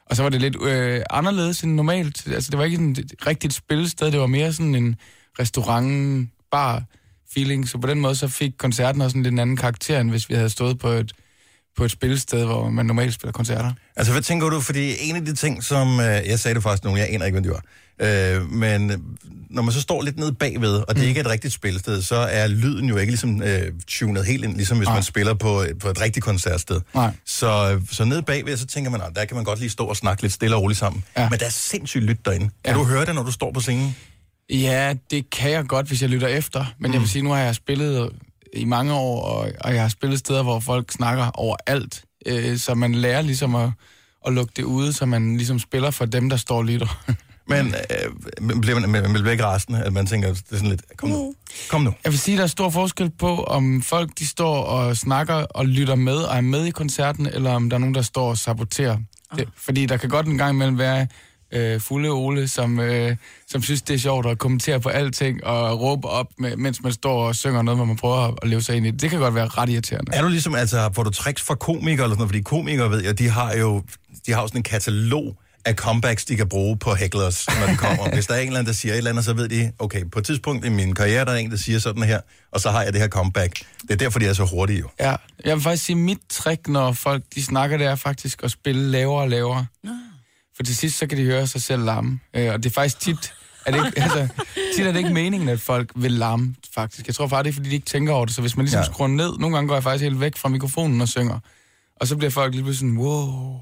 Og så var det lidt øh, anderledes end normalt. Altså, det var ikke sådan et rigtigt spillested. Det var mere sådan en restaurant, bar feeling. Så på den måde, så fik koncerten også en lidt anden karakter, end hvis vi havde stået på et, på et spillested, hvor man normalt spiller koncerter. Altså, hvad tænker du? Fordi en af de ting, som... Øh, jeg sagde det faktisk nu, jeg aner ikke, hvad det var. Øh, men når man så står lidt nede bagved, og det mm. ikke er et rigtigt spillested, så er lyden jo ikke ligesom øh, tunet helt ind, ligesom hvis Nej. man spiller på, på et rigtigt koncertsted. Nej. Så, så nede bagved, så tænker man, der kan man godt lige stå og snakke lidt stille og roligt sammen. Ja. Men der er sindssygt lyt derinde. Kan ja. du høre det, når du står på scenen? Ja, det kan jeg godt, hvis jeg lytter efter. Men mm. jeg vil sige, nu har jeg spillet i mange år, og, og jeg har spillet steder, hvor folk snakker overalt. Øh, så man lærer ligesom at, at lukke det ude, så man ligesom spiller for dem, der står og lytter. Men øh, bliver man, man bliver ikke rasende, at man tænker, det er sådan lidt, kom nu, kom nu. Jeg vil sige, der er stor forskel på, om folk de står og snakker og lytter med, og er med i koncerten, eller om der er nogen, der står og saboterer. Oh. Det, fordi der kan godt en gang imellem være øh, fulde Ole, som, øh, som synes, det er sjovt at kommentere på alting, og råbe op, med, mens man står og synger noget, hvor man prøver at leve sig ind i det. Det kan godt være ret irriterende. Er du ligesom, altså, får du tricks fra komikere eller sådan noget? Fordi komikere, ved jeg, de har jo, de har jo sådan en katalog af comebacks, de kan bruge på hecklers, når de kommer. Hvis der er en eller anden, der siger et eller andet, så ved de, okay, på et tidspunkt i min karriere, der er en, der siger sådan her, og så har jeg det her comeback. Det er derfor, de er så hurtige jo. Ja, jeg vil faktisk sige, mit trick, når folk de snakker, det er faktisk at spille lavere og lavere. For til sidst, så kan de høre sig selv larme. Øh, og det er faktisk tit, er det ikke, altså, tit er det ikke meningen, at folk vil larme, faktisk. Jeg tror faktisk, det er, fordi de ikke tænker over det. Så hvis man ligesom ja. skruer ned, nogle gange går jeg faktisk helt væk fra mikrofonen og synger. Og så bliver folk lige pludselig sådan, wow.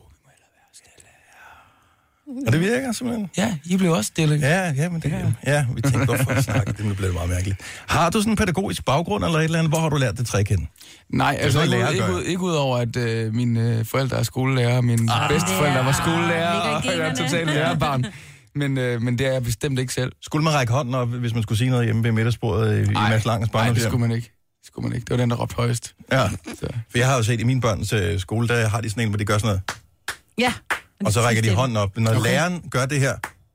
Og det virker simpelthen? Ja, I blev også stille. Ja, ja, men det ja. ja, vi tænkte godt for at snakke. Det blev meget mærkeligt. Har du sådan en pædagogisk baggrund eller et eller andet? Hvor har du lært det trick hen? Nej, altså ikke, ud, ikke, ud, ikke ud over, at øh, mine forældre er skolelærer, mine ah, bedsteforældre var skolelærer, og jeg er totalt lærerbarn. Men, øh, men det er jeg bestemt ikke selv. Skulle man række hånden op, hvis man skulle sige noget hjemme ved middagsbordet i, i Mads Langers barndom? Nej, det skulle man ikke. Det skulle man ikke. Det var den, der råbte højst. Ja, så. For jeg har jo set i mine børns øh, skole, der har de sådan en, hvor de gør sådan noget. Ja. Og så rækker de hånden op. Når okay. læreren gør det her,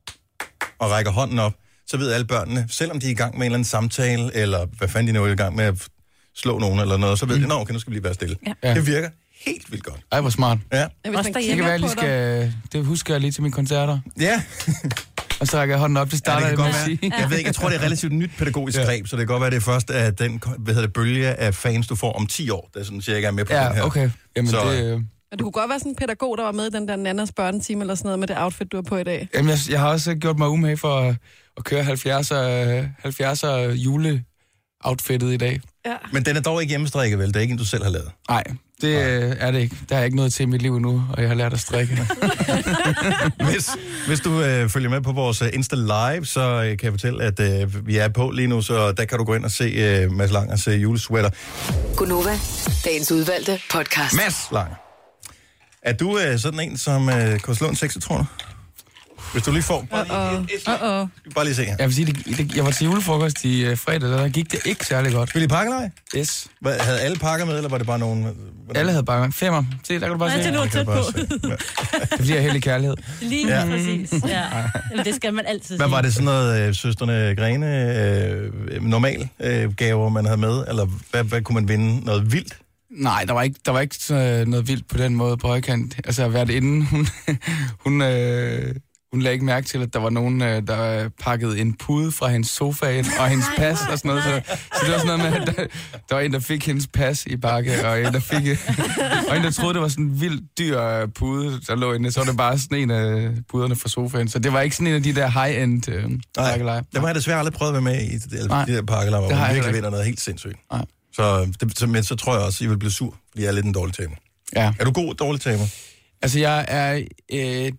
og rækker hånden op, så ved alle børnene, selvom de er i gang med en eller anden samtale, eller hvad fanden de nu er i gang med at slå nogen eller noget, så ved mm. de, nå, okay, nu skal vi lige være stille. Ja. Det virker helt vildt godt. Ej, hvor smart. Ja. Også det kan være, at skal... Det husker jeg lige til mine koncerter. Ja. Og så rækker jeg hånden op, det starter ja, det med at sige. Jeg ved ikke, jeg tror, det er relativt nyt pædagogisk ja. greb, så det kan godt være, det er først at den hvad hedder det, bølge af fans, du får om ti år, der sådan cirka er med på ja, den her. Ja, okay. Jamen, så, det... Men du kunne godt være sådan en pædagog, der var med i den der Nannas børnetime eller sådan noget med det outfit, du har på i dag. Jamen, jeg, jeg har også gjort mig umage for at, at køre halvfjerdser jule-outfittet i dag. Ja. Men den er dog ikke hjemmestrikket, vel? Det er ikke en, du selv har lavet? Nej, det Nej. er det ikke. Der er ikke noget til i mit liv nu, og jeg har lært at strikke. hvis, hvis du øh, følger med på vores Insta Live, så øh, kan jeg fortælle, at øh, vi er på lige nu, så der kan du gå ind og se øh, Mads Langers øh, julesweater. Gunova, dagens udvalgte podcast. Mads Langer, er du øh, sådan en, som øh, kan slå en sekser-troner? Hvis du lige får... Bare lige, et, et, et, et, bare lige se her. Jeg vil sige, det, det, jeg var til julefrokost i uh, fredag, der gik det ikke særlig godt. Spil I pakkelej? Yes. Hvad, havde alle pakker med, eller var det bare nogen... Alle havde pakker med. Femmer. Se, der kan du bare Nej, se. Nej, det er noget tæt på. Det bliver heldig kærlighed. Lige ja. præcis. Ja. Eller det skal man altid Hvad sige. var det sådan noget, øh, søsterne Grene, øh, normal øh, gaver, man havde med? Eller hvad, hvad kunne man vinde? Noget vildt? Nej, der var ikke, der var ikke sådan noget vildt på den måde på højkant. Altså, at være det inden, hun... hun øh, Hun lagde ikke mærke til, at der var nogen, der pakkede en pude fra hendes sofa ind, og hendes pas og sådan noget. Så, så det var sådan noget med, at der, der var en, der fik hendes pas i bakke, og en, der fik... Og en, der troede, det var sådan en vild dyr pude, der lå inde. Så var det bare sådan en af puderne fra sofaen. Så det var ikke sådan en af de der high-end øh, pakkelejer. Det var jeg desværre aldrig prøvet at være med i, de, de der pakkelejer, hvor man virkelig vinder noget helt sindssygt. Nej. Så, det, så, men så tror jeg også, at I vil blive sur, fordi jeg er lidt en dårlig taber. Ja. Er du god dårlig taber? Altså, jeg er... Øh,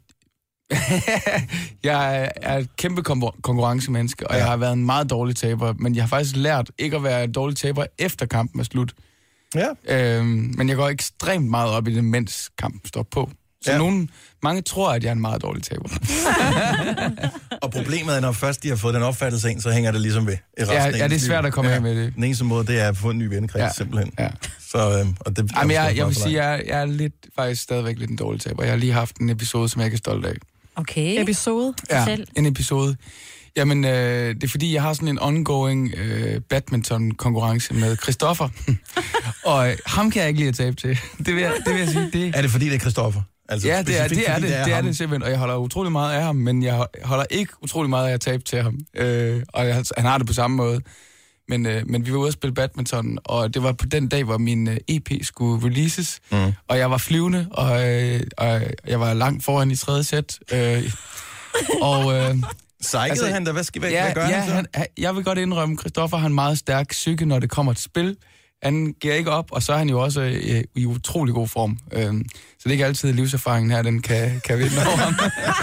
jeg er et kæmpe konkurrencemenneske, og ja. jeg har været en meget dårlig taber, men jeg har faktisk lært ikke at være en dårlig taber efter kampen er slut. Ja. Øhm, men jeg går ekstremt meget op i det, mens kampen står på. Så ja. nogen, mange tror, at jeg er en meget dårlig taber. Og problemet er, når først de har fået den opfattelse ind, så hænger det ligesom ved. I ja, ja, det er svært at komme ja. af med det. Den eneste måde, det er at få en ny vennekreds, ja. simpelthen. Ja. Så, øhm, og det, Jamen, jeg, jeg vil sige, jeg, jeg er lidt, faktisk stadigvæk lidt en dårlig taber. Jeg har lige haft en episode, som jeg ikke er stolt af. Okay. Episode? Ja, selv. en episode. Jamen, øh, det er fordi, jeg har sådan en ongoing øh, badminton-konkurrence med Christoffer. Og øh, ham kan jeg ikke lide at tabe til. Det vil jeg, det vil jeg sige. Det... Er det fordi, det er Christoffer? Altså, ja, det er det, er fordi det, det, er det simpelthen, og jeg holder utrolig meget af ham, men jeg holder ikke utrolig meget af at tabe til ham, øh, og jeg, han har det på samme måde. Men, øh, men vi var ude at spille badminton, og det var på den dag, hvor min øh, E P skulle releases, mm. og jeg var flyvende, og, øh, og jeg var langt foran i tredje sæt. Øh, og... Øh, Psykede altså, han der? Hvad skal hvad, ja, hvad gør ja, han så? Han, jeg vil godt indrømme, Christoffer har en meget stærk psyke, når det kommer til spil. Han giver ikke op, og så er han jo også øh, i utrolig god form. Øh, så det er ikke altid livserfaringen her, den kan, kan vinde over ham.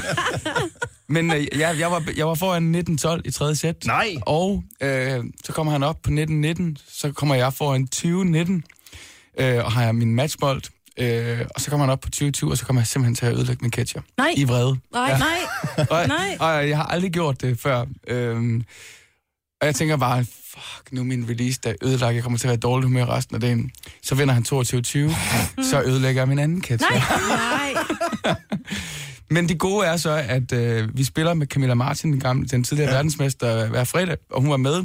Men øh, ja, jeg, var, jeg var foran nitten tolv i tredje sæt. Nej! Og øh, så kommer han op på nitten nitten, så kommer jeg foran tyve nitten, øh, og har jeg min matchbold. Øh, og så kommer han op på tyve tyve, og så kommer jeg simpelthen til at ødelægge min ketchup. Nej. I vrede. Nej, ja. nej, og, nej. Og jeg har aldrig gjort det før. Øhm, og jeg tænker bare, fuck, nu er min release der ødelagt. Jeg kommer til at være dårlig humør resten af dagen. Så vinder han toogtyve tyve, så ødelægger jeg min anden ketchup. Nej, nej. Men det gode er så, at øh, vi spiller med Camilla Martin, den, gamle, den tidligere ja. verdensmester, hver fredag, og hun var med.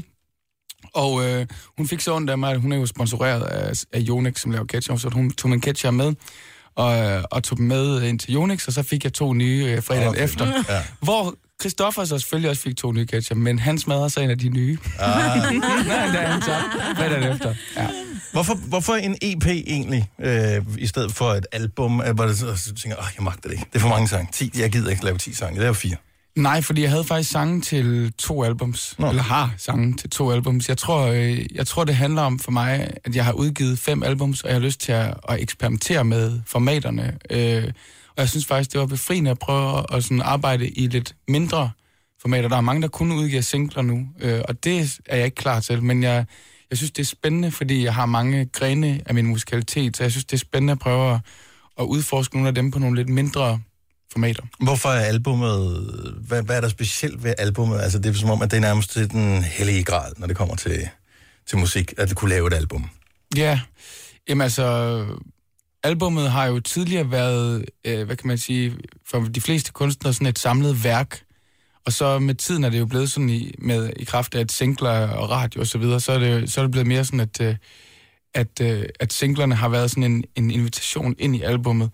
Og øh, hun fik så ondt af mig, hun er jo sponsoreret af, af Yonex, som laver ketchup, så hun tog min ketchup med, og, og tog dem med ind til Yonex, og så fik jeg to nye øh, fredagen okay. efter. Ja. Hvor Christoffer så selvfølgelig også fik to nye ketchup, men han smadrede så en af de nye. Ah. Nej, det er han så fredagen efter. Ja. Hvorfor, hvorfor en E P egentlig, øh, i stedet for et album? Hvor det, så, så tænker jeg, jeg magter det ikke. Det er for mange sange. ti, jeg gider ikke lave ti sange, jeg laver fire. Nej, fordi jeg havde faktisk sange til to albums. Nå. Eller har sange til to albums. Jeg tror, øh, jeg tror, det handler om for mig, at jeg har udgivet fem albums, og jeg har lyst til at, at eksperimentere med formaterne. Øh, og jeg synes faktisk, det var befriende at prøve at, at sådan arbejde i lidt mindre formater. Der er mange, der kun udgiver singler nu, øh, og det er jeg ikke klar til. Men jeg, jeg synes, det er spændende, fordi jeg har mange grene af min musikalitet, så jeg synes, det er spændende at prøve at, at udforske nogle af dem på nogle lidt mindre formater. Hvorfor er albumet, hvad, hvad er der specielt ved albumet? Altså det er som om, at det er nærmest til den hellige grad, når det kommer til, til musik, at du kunne lave et album. Ja, jamen altså, albumet har jo tidligere været, øh, hvad kan man sige, for de fleste kunstnere sådan et samlet værk, og så med tiden er det jo blevet sådan i, med, i kraft af et singler og radio og så videre, så er det, så er det blevet mere sådan, at, øh, at, øh, at singlerne har været sådan en, en invitation ind i albumet.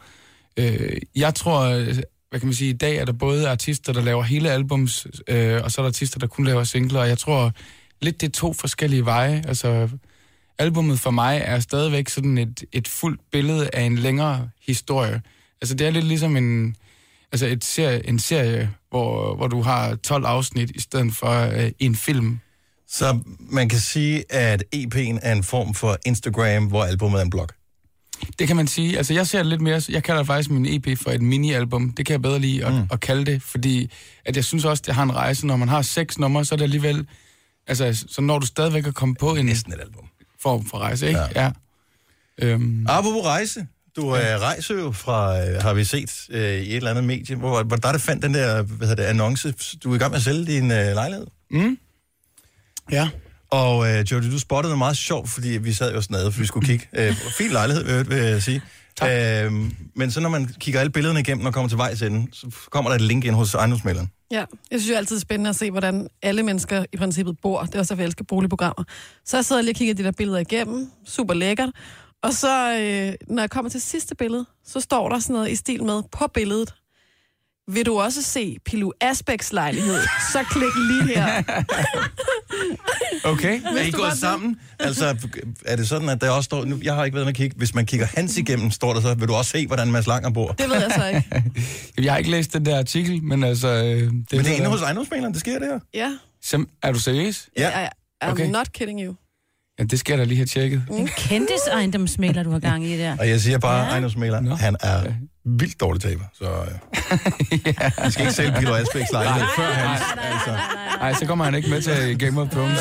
Jeg tror, hvad kan man sige, i dag er der både artister, der laver hele albums, øh, og så er der artister, der kun laver singler, og jeg tror lidt, det er to forskellige veje. Altså, albumet for mig er stadigvæk sådan et, et fuldt billede af en længere historie. Altså, det er lidt ligesom en, altså et serie, en serie, hvor, hvor du har tolv afsnit i stedet for øh, en film. Så man kan sige, at E P'en er en form for Instagram, hvor albumet er en blog? Det kan man sige. Altså, jeg ser det lidt mere... Jeg kalder faktisk min E P for et mini-album. Det kan jeg bedre lide at, mm. at kalde det, fordi at jeg synes også, det har en rejse. Når man har seks numre, så er det alligevel... Altså, så når du stadigvæk er kommet på en... Næsten et album. Form for rejse, ikke? Ja. ja. Øhm. Apropos rejse. Du øh, rejser jo fra, øh, har vi set, øh, i et eller andet medie, hvor, hvor der, der fandt den der, hvad hedder det, annonce. Du er i gang med at sælge din øh, lejlighed. Mm. Ja. Og øh, Jody, du spottede noget meget sjovt, fordi vi sad jo sådan noget, for vi skulle kigge. Øh, fin lejlighed, vil, vil jeg sige. Øh, men så når man kigger alle billederne igennem og kommer til vejs ende, så kommer der et link ind hos ejendomsmægleren. Ja, jeg synes jo altid det er spændende at se, hvordan alle mennesker i princippet bor. Det er også, at jeg elsker boligprogrammer. Så jeg sidder lige og kigger de der billeder igennem. Super lækkert. Og så, øh, når jeg kommer til sidste billede, så står der sådan noget i stil med, på billedet, vil du også se Pilo Asbæks lejlighed, så klik lige her. Okay, er I gået sammen? Altså, er det sådan, at der også står... Nu, jeg har ikke været med at kigge. Hvis man kigger hans igennem, står der så, vil du også se, hvordan Mads Langer bor? Det ved jeg så ikke. Jeg har ikke læst den der artikel, men altså... Øh, det men det er inde hos ejendomsmægleren, det sker det her? Ja. Sim, er du seriøs? Ja. I'm okay. Not kidding you. Ja, det skal jeg da lige have tjekket. En kendis ejendomsmægler, du har gang i der. Og jeg siger bare, ja. Ejendomsmægler, no. Han er vildt dårlig taber, så... ja. Han skal ikke sælge Pilo Asbæks lejlighed før hans. Altså. Nej, så kommer han ikke med til Game of Thrones.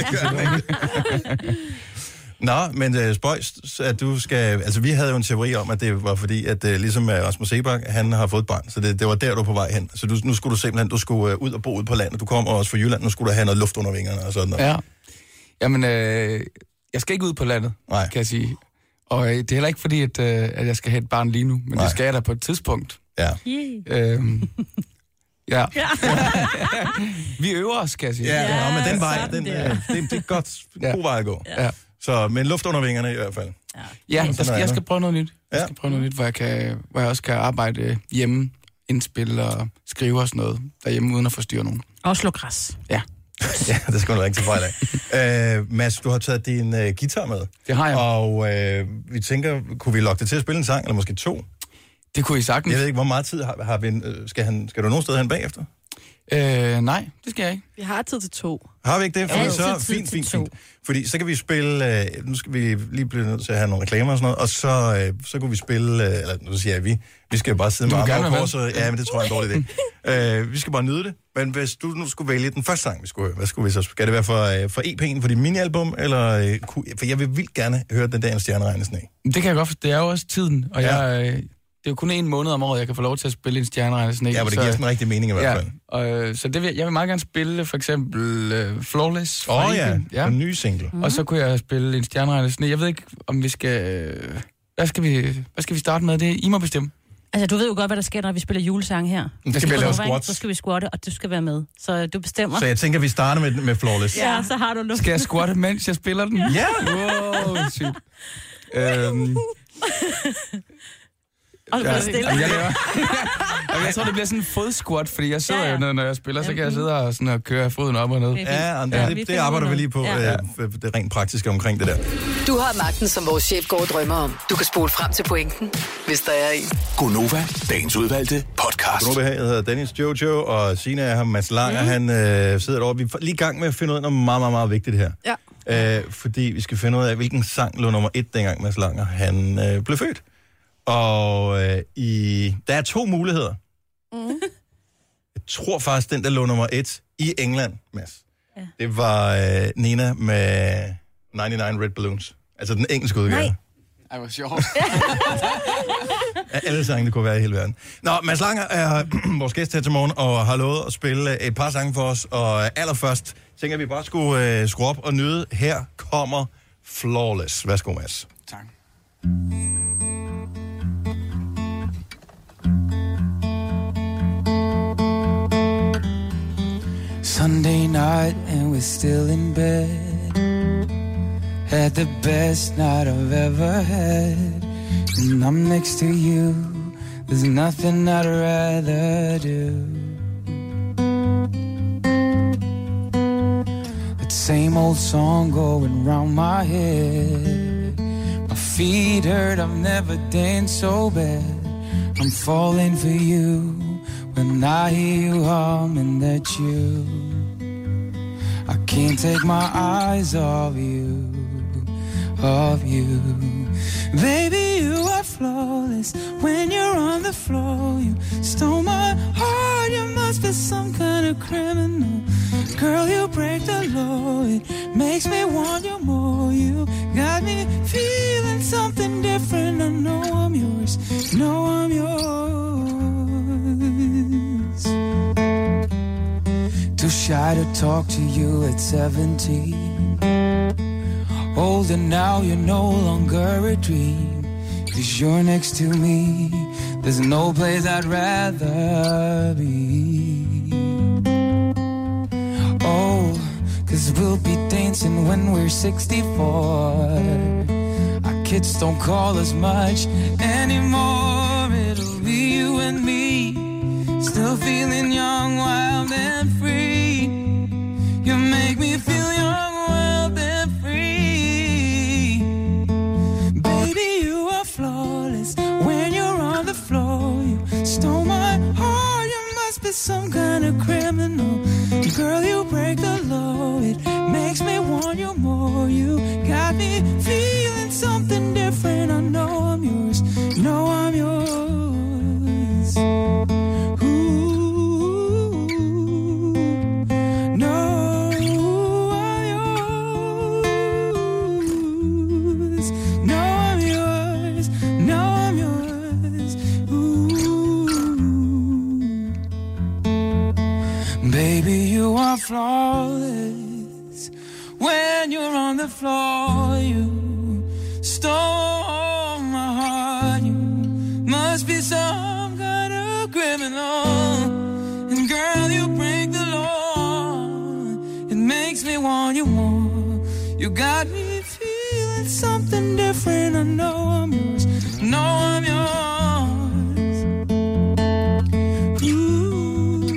Nå, men uh, spøjst, at du skal... Altså, vi havde jo en teori om, at det var fordi, at uh, ligesom uh, Rasmus Sebak, han har fået et barn, så det, det var der, du var på vej hen. Så du, nu skulle du simpelthen, du skulle uh, ud og bo ud på landet. Du kommer også fra Jylland, nu skulle du have noget luft under vingerne og sådan noget. Ja. Jamen, øh, jeg skal ikke ud på landet, Nej. Kan jeg sige. Og øh, det er heller ikke fordi, at, øh, at jeg skal have et barn lige nu, men Nej. Det skal jeg da på et tidspunkt. Ja. Øhm, ja. Vi øver os, skal jeg sige. Ja, ja, ja men den vej, den, øh, det, det er godt, ja. God vej at gå. Ja. Så, men luft under vingerne i hvert fald. Ja, jeg skal, jeg skal prøve noget nyt. Jeg Ja. skal prøve noget nyt, hvor jeg, kan, hvor jeg også kan arbejde hjemme, indspille og skrive og sådan noget derhjemme, uden at forstyrre nogen. Og slå græs. Ja, Ja, det skal du ikke til fejl af. uh, Mads, du har taget din uh, guitar med. det har jeg. Og uh, vi tænker, kunne vi lokke dig til at spille en sang, eller måske to? Det kunne I sagtens. Jeg ved ikke, hvor meget tid har, har vi... Uh, skal, han, skal du nogen steder hen bagefter? Øh, nej, det skal jeg ikke. Vi har tid til to. Har vi ikke det? Fordi Altid så, tid fint, til fint, to. fint. Fordi så kan vi spille... Øh, nu skal vi lige blive nødt til at have nogle reklamer og sådan noget, og så, øh, så kunne vi spille... Øh, eller nu siger jeg vi. Vi skal jo bare sidde Du med må arme gerne over være kors, så ja, men det tror jeg er en dårlig idé. øh, vi skal bare nyde det. Men hvis du nu skulle vælge den første sang, vi skulle høre, hvad skulle vi så? Skal det være for, øh, for E P'en, for dit minialbum, eller... Øh, kunne, for jeg vil vildt gerne høre den der En stjerneregne sne. Det kan jeg godt, for det er jo også tiden, og Ja. jeg... Øh, det er jo kun en måned om året, jeg kan få lov til at spille en stjerneregne sne. Ja, men det giver sådan en rigtig mening i hvert ja, fald. og, øh, så det vil, jeg vil meget gerne spille for eksempel øh, Flawless. fra Åh oh, ja, E P'en. den nye single. Og så kunne jeg spille en stjerneregne sne. Jeg ved ikke, om vi skal... Øh, hvad, skal vi, hvad skal vi starte med? Det I må bestemme. Altså, du ved jo godt, hvad der sker, når vi spiller julesang her. Der skal vi lave Så squats. skal vi squatte, og du skal være med. Så du bestemmer. Så jeg tænker, vi starter med, med Flawless. Ja, så har du luft. Skal jeg squatte, mens jeg spiller den? Ja! Wow, sygt. Øhm, Og du ja, bliver stille. jamen, jeg, laver, jamen, jeg tror, det bliver sådan en fodsquat, fordi jeg sidder Ja, ja, ja. jo, når, når jeg spiller, så kan jeg sidde og, sådan, og køre foden op og ned. Det er fint. Ja, og Ja, det, vi det finder arbejder vi noget. lige på, Ja. øh, det rent praktiske omkring det der. Du har magten, som vores chef går og drømmer om. Du kan spole frem til pointen, hvis der er en. Gonova, dagens udvalgte podcast. Godnova her, jeg hedder Dennis Jojo, og Signe er her, Mads Langer, mm. han øh, sidder derovre. Vi er lige i gang med at finde ud af noget meget, meget, meget vigtigt her. Ja. Øh, fordi vi skal finde ud af, hvilken sang lå nummer et, dengang Mads Langer han øh, blev født. Og øh, i, der er to muligheder. Mm. Jeg tror faktisk, den der lå nummer et i England, Mads, ja. det var øh, Nina med nioghalvfems Red Balloons. Altså den engelske udgave. Nej. Ej, hvor sjovt. Af alle sange, det kunne være i hele verden. Nå, Mads Langer er vores gæst her til morgen, og har lovet at spille et par sange for os. Og allerførst tænker vi bare skulle øh, skrue op og nyde. Her kommer Flawless. Værsgo, Mads. Tak. Sunday night and we're still in bed. Had the best night I've ever had. And I'm next to you. There's nothing I'd rather do. That same old song going round my head. My feet hurt, I've never danced so bad. I'm falling for you. When I hear you humming that tune, I can't take my eyes off you, off you. Baby, you are flawless. When you're on the floor, you stole my heart. You must be some kind of criminal. Girl, you break the law. It makes me want you more. You got me feeling something different. I know I'm yours. Know I'm yours. Too shy to talk to you at seventeen. Older now, you're no longer a dream. 'Cause you're next to me. There's no place I'd rather be. Oh, 'cause we'll be dancing when we're sixty-four. Our kids don't call us much anymore. It'll be you and me, still feeling young, wild and free. You make me feel young, wild and free. Baby, you are flawless. When you're on the floor, you stole my heart. You must be some kind of criminal. Girl, you break the law. It makes me want you more. You got me feeling something different. I know I'm yours. Know I'm yours. Ooh, no, I'm yours. No, I'm yours. No, I'm yours. Ooh. Baby, you are flawless. When you're on the floor, you stole my heart. You must be some kind of criminal. And girl, you break the law. It makes me want you more. You got me feeling something different. I know I'm yours, know I'm yours. Ooh.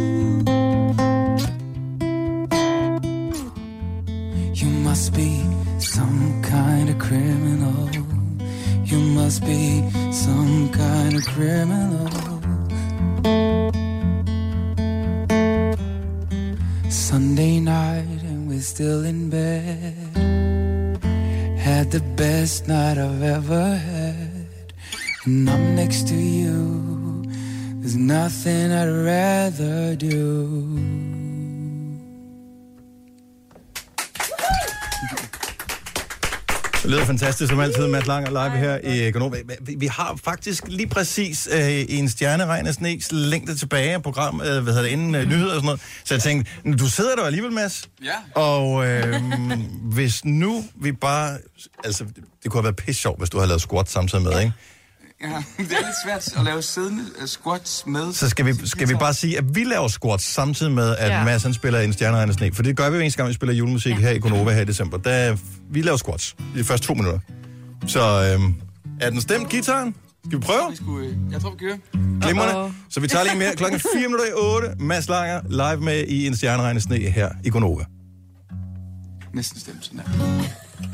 You must be some kind of criminal. You must be some kind of criminal. Sunday night and we're still in bed. Had the best night I've ever had. And I'm next to you. There's nothing I'd rather do. Det lyder fantastisk, som altid, Mads Langer live her i Gonova. Vi, vi har faktisk lige præcis øh, en stjerneregn af snes længde tilbage af program, øh, hvad hedder det, inden øh, nyheder og sådan noget. Så jeg tænkte, du sidder der alligevel, Mads. Ja. Og øh, hvis nu vi bare... Altså, det kunne have været pisse sjovt, hvis du havde lavet squat samtidig med, ikke? Ja, det er lidt svært at lave siddende squats med. Så skal vi, skal vi bare sige, at vi laver squats samtidig med, at ja. Mads han spiller en stjerneregn af sne. For det gør vi jo eneste gang, vi spiller julemusik ja. her i Gonova her i december. Der, vi laver squats i de første to minutter. Så øhm, er den stemt, gitaren? Skal vi prøve? Jeg, skulle, jeg tror, vi kører. Glimrende. Så vi tager lige mere. Klokken fire minutter i otte. Mads Langer live med i en stjerneregn af sne her i Gonova. Næsten stemt sådan her.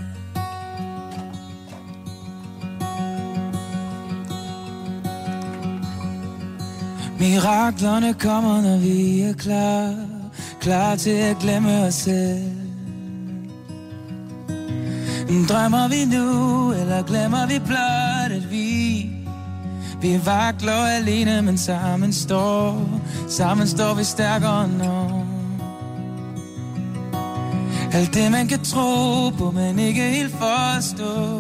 Miraklerne kommer, når vi er klar, klar til at glemme os selv. Drømmer vi nu, eller glemmer vi blot, at vi Vi vakler alene, men sammen står, sammen står vi stærkere nå. Alt det man kan tro på, men ikke helt forstå.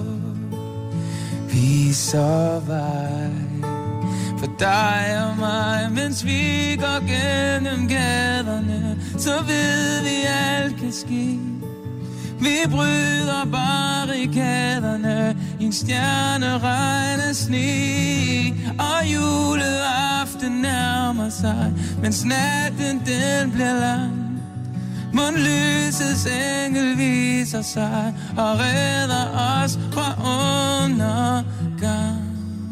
Viser vej for dig og mig, mens vi går gennem gaderne, så ved vi alt kan ske. Vi bryder barrikaderne i en stjerneregn af sne, og juleaften nærmer sig, mens natten den bliver lang. Månlysets engel viser sig og redder os fra undergang.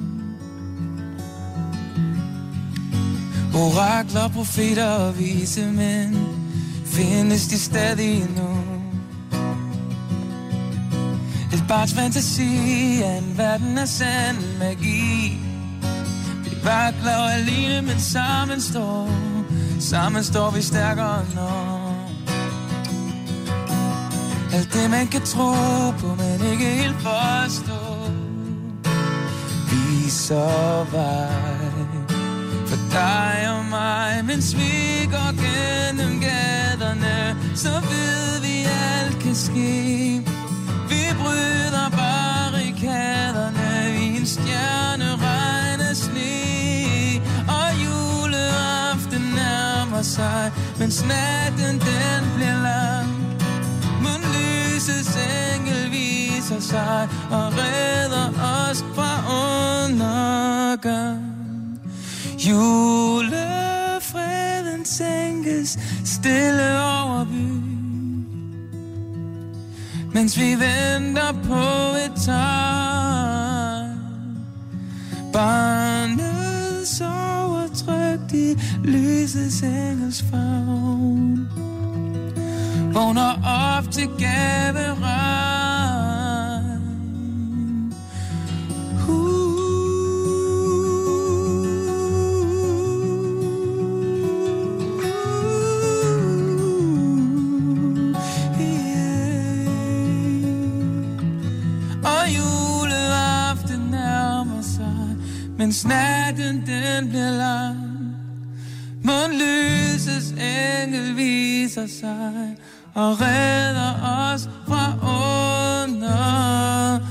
Orakler, profeter og vise mænd, findes de stadig nu? Et barns fantasi er en verden af sand magi. Vi vakler alene, men sammen står, sammen står vi stærkere når. Alt det man kan tro på, men ikke helt forstå, viser vej for dig og mig, mens vi går gennem gaderne, så ved vi alt kan ske. Vi bryder barrikaderne i en stjerneregn af sne, og juleaften nærmer sig, mens natten den bliver lang. Månlysets engel viser sig og redder os fra undergang. Julefreden sænkes stille over byen, mens vi venter på et tegn. Barnet sover trygt i lysets engels favn, vågner op til gaveregn. Mens natten den bliver lang, månlysets engel viser sig og redder os fra undergang.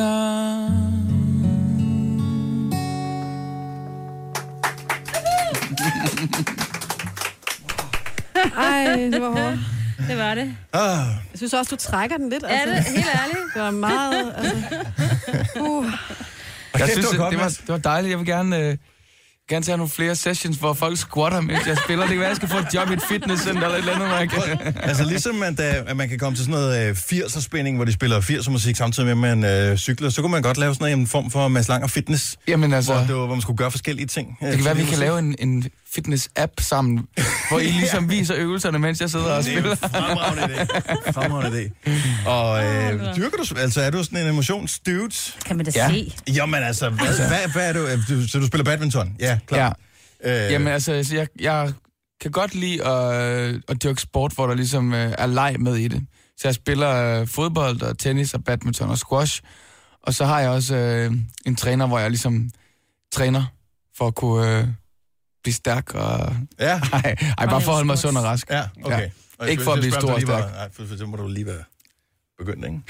Ej, det var hårdt. Det var det. Ah. Jeg synes også, du trækker den lidt. Er det helt ærligt? Det var meget... Altså, uh. Jeg Okay, synes, det var, godt, det, var, det var dejligt. Jeg vil gerne, øh, Jeg kan tage nogle flere sessions, hvor folk squatter, mens jeg spiller. Det kan være, jeg skal få et job i et fitnesscenter eller et eller andet, man kan. Altså ligesom, at, at man kan komme til sådan noget øh, firser-spænding, hvor de spiller firser musik samtidig med, at man øh, cykler, så kunne man godt lave sådan en form for Mads Langer fitness, Jamen altså, hvor, det var, hvor man skulle gøre forskellige ting. Det kan være, vi kan lave en, en fitness-app sammen, hvor I ligesom viser øvelserne, mens jeg sidder og spiller. Det er jo fremragende idé. Fremragende idé. Og øh, dyrker du, altså er du sådan en emotionsdude? Kan man da Ja. se? Jamen altså, hvad, hvad, hvad er du? du? Så du spiller badminton? Ja, klart. Ja. Øh, Jamen altså, jeg, jeg kan godt lide at, at dyrke sport, hvor der ligesom øh, er leg med i det. Så jeg spiller øh, fodbold og tennis og badminton og squash. Og så har jeg også øh, en træner, hvor jeg ligesom træner for at kunne øh, blive stærk. Og... Ja. Ej, ej, bare for at holde mig sund og rask. Ja, okay. Ja. Og Ikke for at jeg blive spørger, stor om og du lige var- stærk. Nej, for, for så må du lige være begyndt, ikke?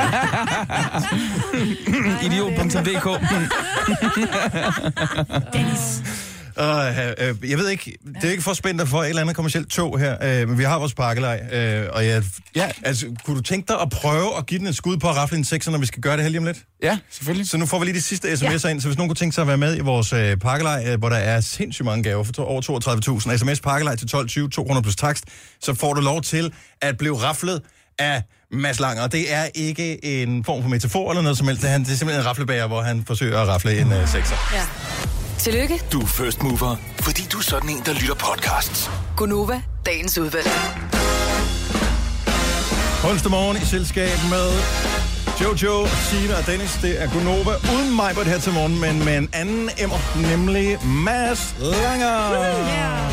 Idiot punktum d k. Dennis. Uh, uh, jeg ved ikke, det er ikke for spændt for et eller andet kommercielt tog her, uh, men vi har vores pakkelej, uh, og jeg, ja, altså, kunne du tænke dig at prøve at give den et skud på at rafle en sekser, når vi skal gøre det her lige om lidt? Ja, selvfølgelig. Så nu får vi lige de sidste sms'er ja. ind, så hvis nogen kunne tænke sig at være med i vores uh, pakkelej, uh, hvor der er sindssygt mange gaver for to, over toogtredive tusind, sms pakkelej til tolv tyve, to hundrede plus takst, så får du lov til at blive raflet af Mads Langer. Og det er ikke en form for metafor eller noget som helst, det er, han, det er simpelthen en raflebager, hvor han forsøger at rafle en uh, sekser. Ja. Tillykke, Du er first mover, fordi du er sådan en, der lytter podcasts. Gunova, dagens udvalgte. Onsdag morgen i selskab med Jojo, Sina og Dennis. Det er Gunova uden mig på det her til morgen, men med en anden emmer, nemlig Mads Langer. Yeah.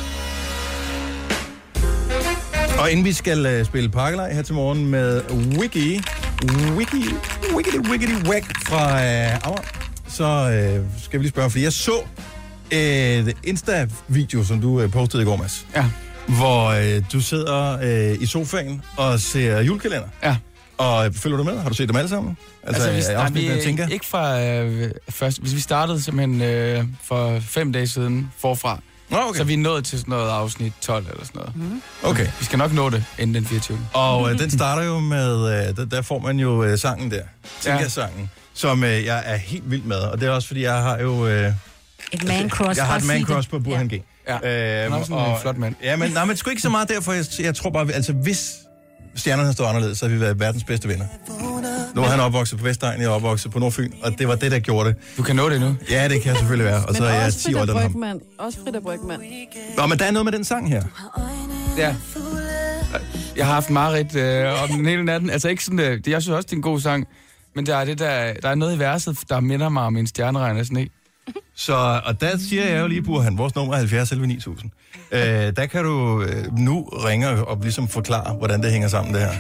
Og inden vi skal uh, spille pakkelej her til morgen med Wiki, Wiki, Wiki, Wiki, Wiki fra uh, Amager, så uh, skal vi lige spørge, fordi jeg så et Insta-video, som du uh, postede i går, Mads. Ja. Hvor øh, du sidder øh, i sofaen og ser julekalender. Ja. Og øh, følger du med? Har du set dem alle sammen? Altså, Altså, hvis, øh, nej, afsnit, vi, jeg tænker? ikke fra øh, først. Hvis vi startede simpelthen øh, for fem dage siden forfra, Nå, okay. så vi er nået til sådan noget afsnit tolv eller sådan noget. Mm. Okay. Vi skal nok nå det inden den fireogtyvende. Og øh, den starter jo med, øh, der, der får man jo øh, sangen der. Tinka-sangen, som øh, jeg er helt vild med. Og det er også, fordi jeg har jo... Øh, Et man-cross. jeg har et for at sige man-cross det. på Burhan G. Ja, han er også sådan en flot mand. Ja, men, nej, men sgu ikke så meget derfor. Jeg, jeg tror bare, altså hvis stjernerne stod anderledes, så havde vi været verdens bedste venner. Nu er han opvokset på Vestegn, jeg er opvokset på Nordfyn, og det var det, der gjorde det. Du kan nå det nu. Ja, det kan selvfølgelig være. Og Men så er jeg også ti år Frida ældre end ham. Brygmann. Også Frida Brygmann. Nå, men der er noget med den sang her. Ja. Jeg har haft mareridt øh, om den hele natten. Altså ikke sådan, øh, jeg synes også, det er en god sang. Men der er, det der, der er noget i verset, der minder mig om en stjerneregner sne. Så, og der siger jeg jo lige, Burhan, vores nummer er halvfjerds elleve ni tusind. Øh, der kan du øh, nu ringe og ligesom forklare, hvordan det hænger sammen, det her.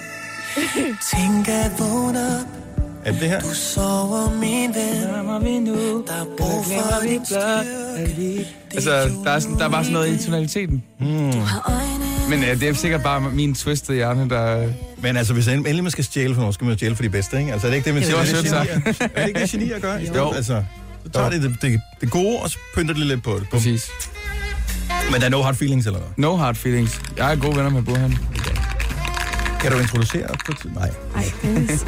Tænker vågn op, Er det det her? du sover min ven. Der er brug for dit styrke. Altså, der er, sådan, der er bare sådan noget i tonaliteten. Hmm. Men øh, det er sikkert bare min twistede hjerne, der... Men altså, hvis endelig man skal stjæle for nogen, skal man stjæle for de bedste, ikke? Altså, er det ikke det, man Det siger? var Er det sødt genier? Er det ikke det, genier gør? I stedet? Jo. Altså, så tager det, det det det gode, og så pynter det lidt på det. Bum. Præcis. Men der er no hard feelings, eller hvad? No hard feelings. Jeg er gode venner med Burhan. Kan du introducere os på tid? Nej. Ej, Dennis.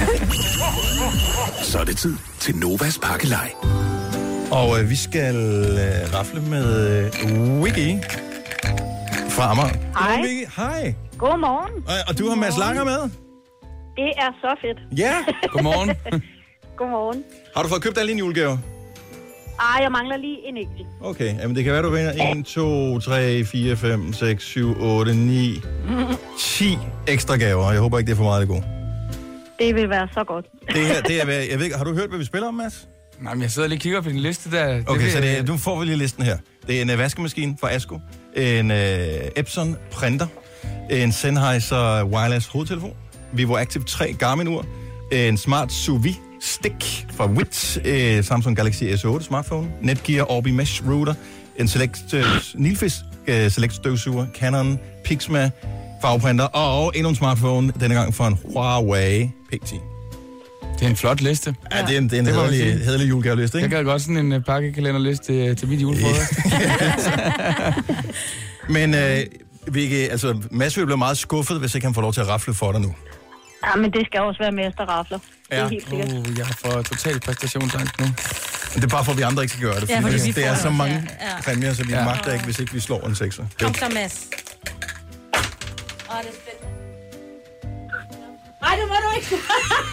Så er det tid til Novas pakkelej. Og øh, vi skal øh, rafle med øh, Wiki fra Amager. Hej. Godmorgen, Wiki. Hej. Godmorgen. Og, og du har Mads Langer med? Det er så fedt. Ja. Godmorgen. Godmorgen. Har du fået købt alle dine julegaver? Ej, jeg mangler lige en enkelt. Okay, jamen det kan være, du vinder en, to, tre, fire, fem, seks, syv, otte, ni, ti ekstra gaver. Jeg håber ikke, det er for meget det gode. Det vil være så godt. Det her, det er, hvad- jeg ved ikke, har du hørt, hvad vi spiller om, Mads? Nej, men jeg sidder lige og kigger på din liste der. Okay, vil- så det, nu får vi lige listen her. Det er en uh, vaskemaskine fra Asko, en uh, Epson printer, en Sennheiser wireless hovedtelefon, Vivo Active tre Garmin-ur, en smart sous vide stick fra Wit, uh, Samsung Galaxy S otte smartphone, Netgear Orbi Mesh router, en Select uh, Nilfisk uh, Select støvsuger, Canon Pixma farveprinter og endnu en smartphone, denne gang fra en Huawei P ti. Det er en flot liste. Ja, det er en, det er en Det må man hederlig, sige. hederlig julegaveliste, Jeg ikke? kan godt sådan en uh, pakkekalenderliste uh, til mit julefrokost. Men øh, Vicky, altså, Mads vil blive meget skuffet, hvis ikke han får lov til at rafle for dig nu. Ja, men det skal også være mesterrafler. Det er Ja. helt sikkert. Uh, jeg får total præstationsangst nu. Det er bare for, at vi andre ikke skal gøre det. Ja, Fordi fordi det, vi det er får så det. mange Ja, ja. præmier, så vi Ja. magter ikke, hvis ikke vi slår en sekser. Kom så, Mads. Åh, det er spændende. Ej, det må du ikke.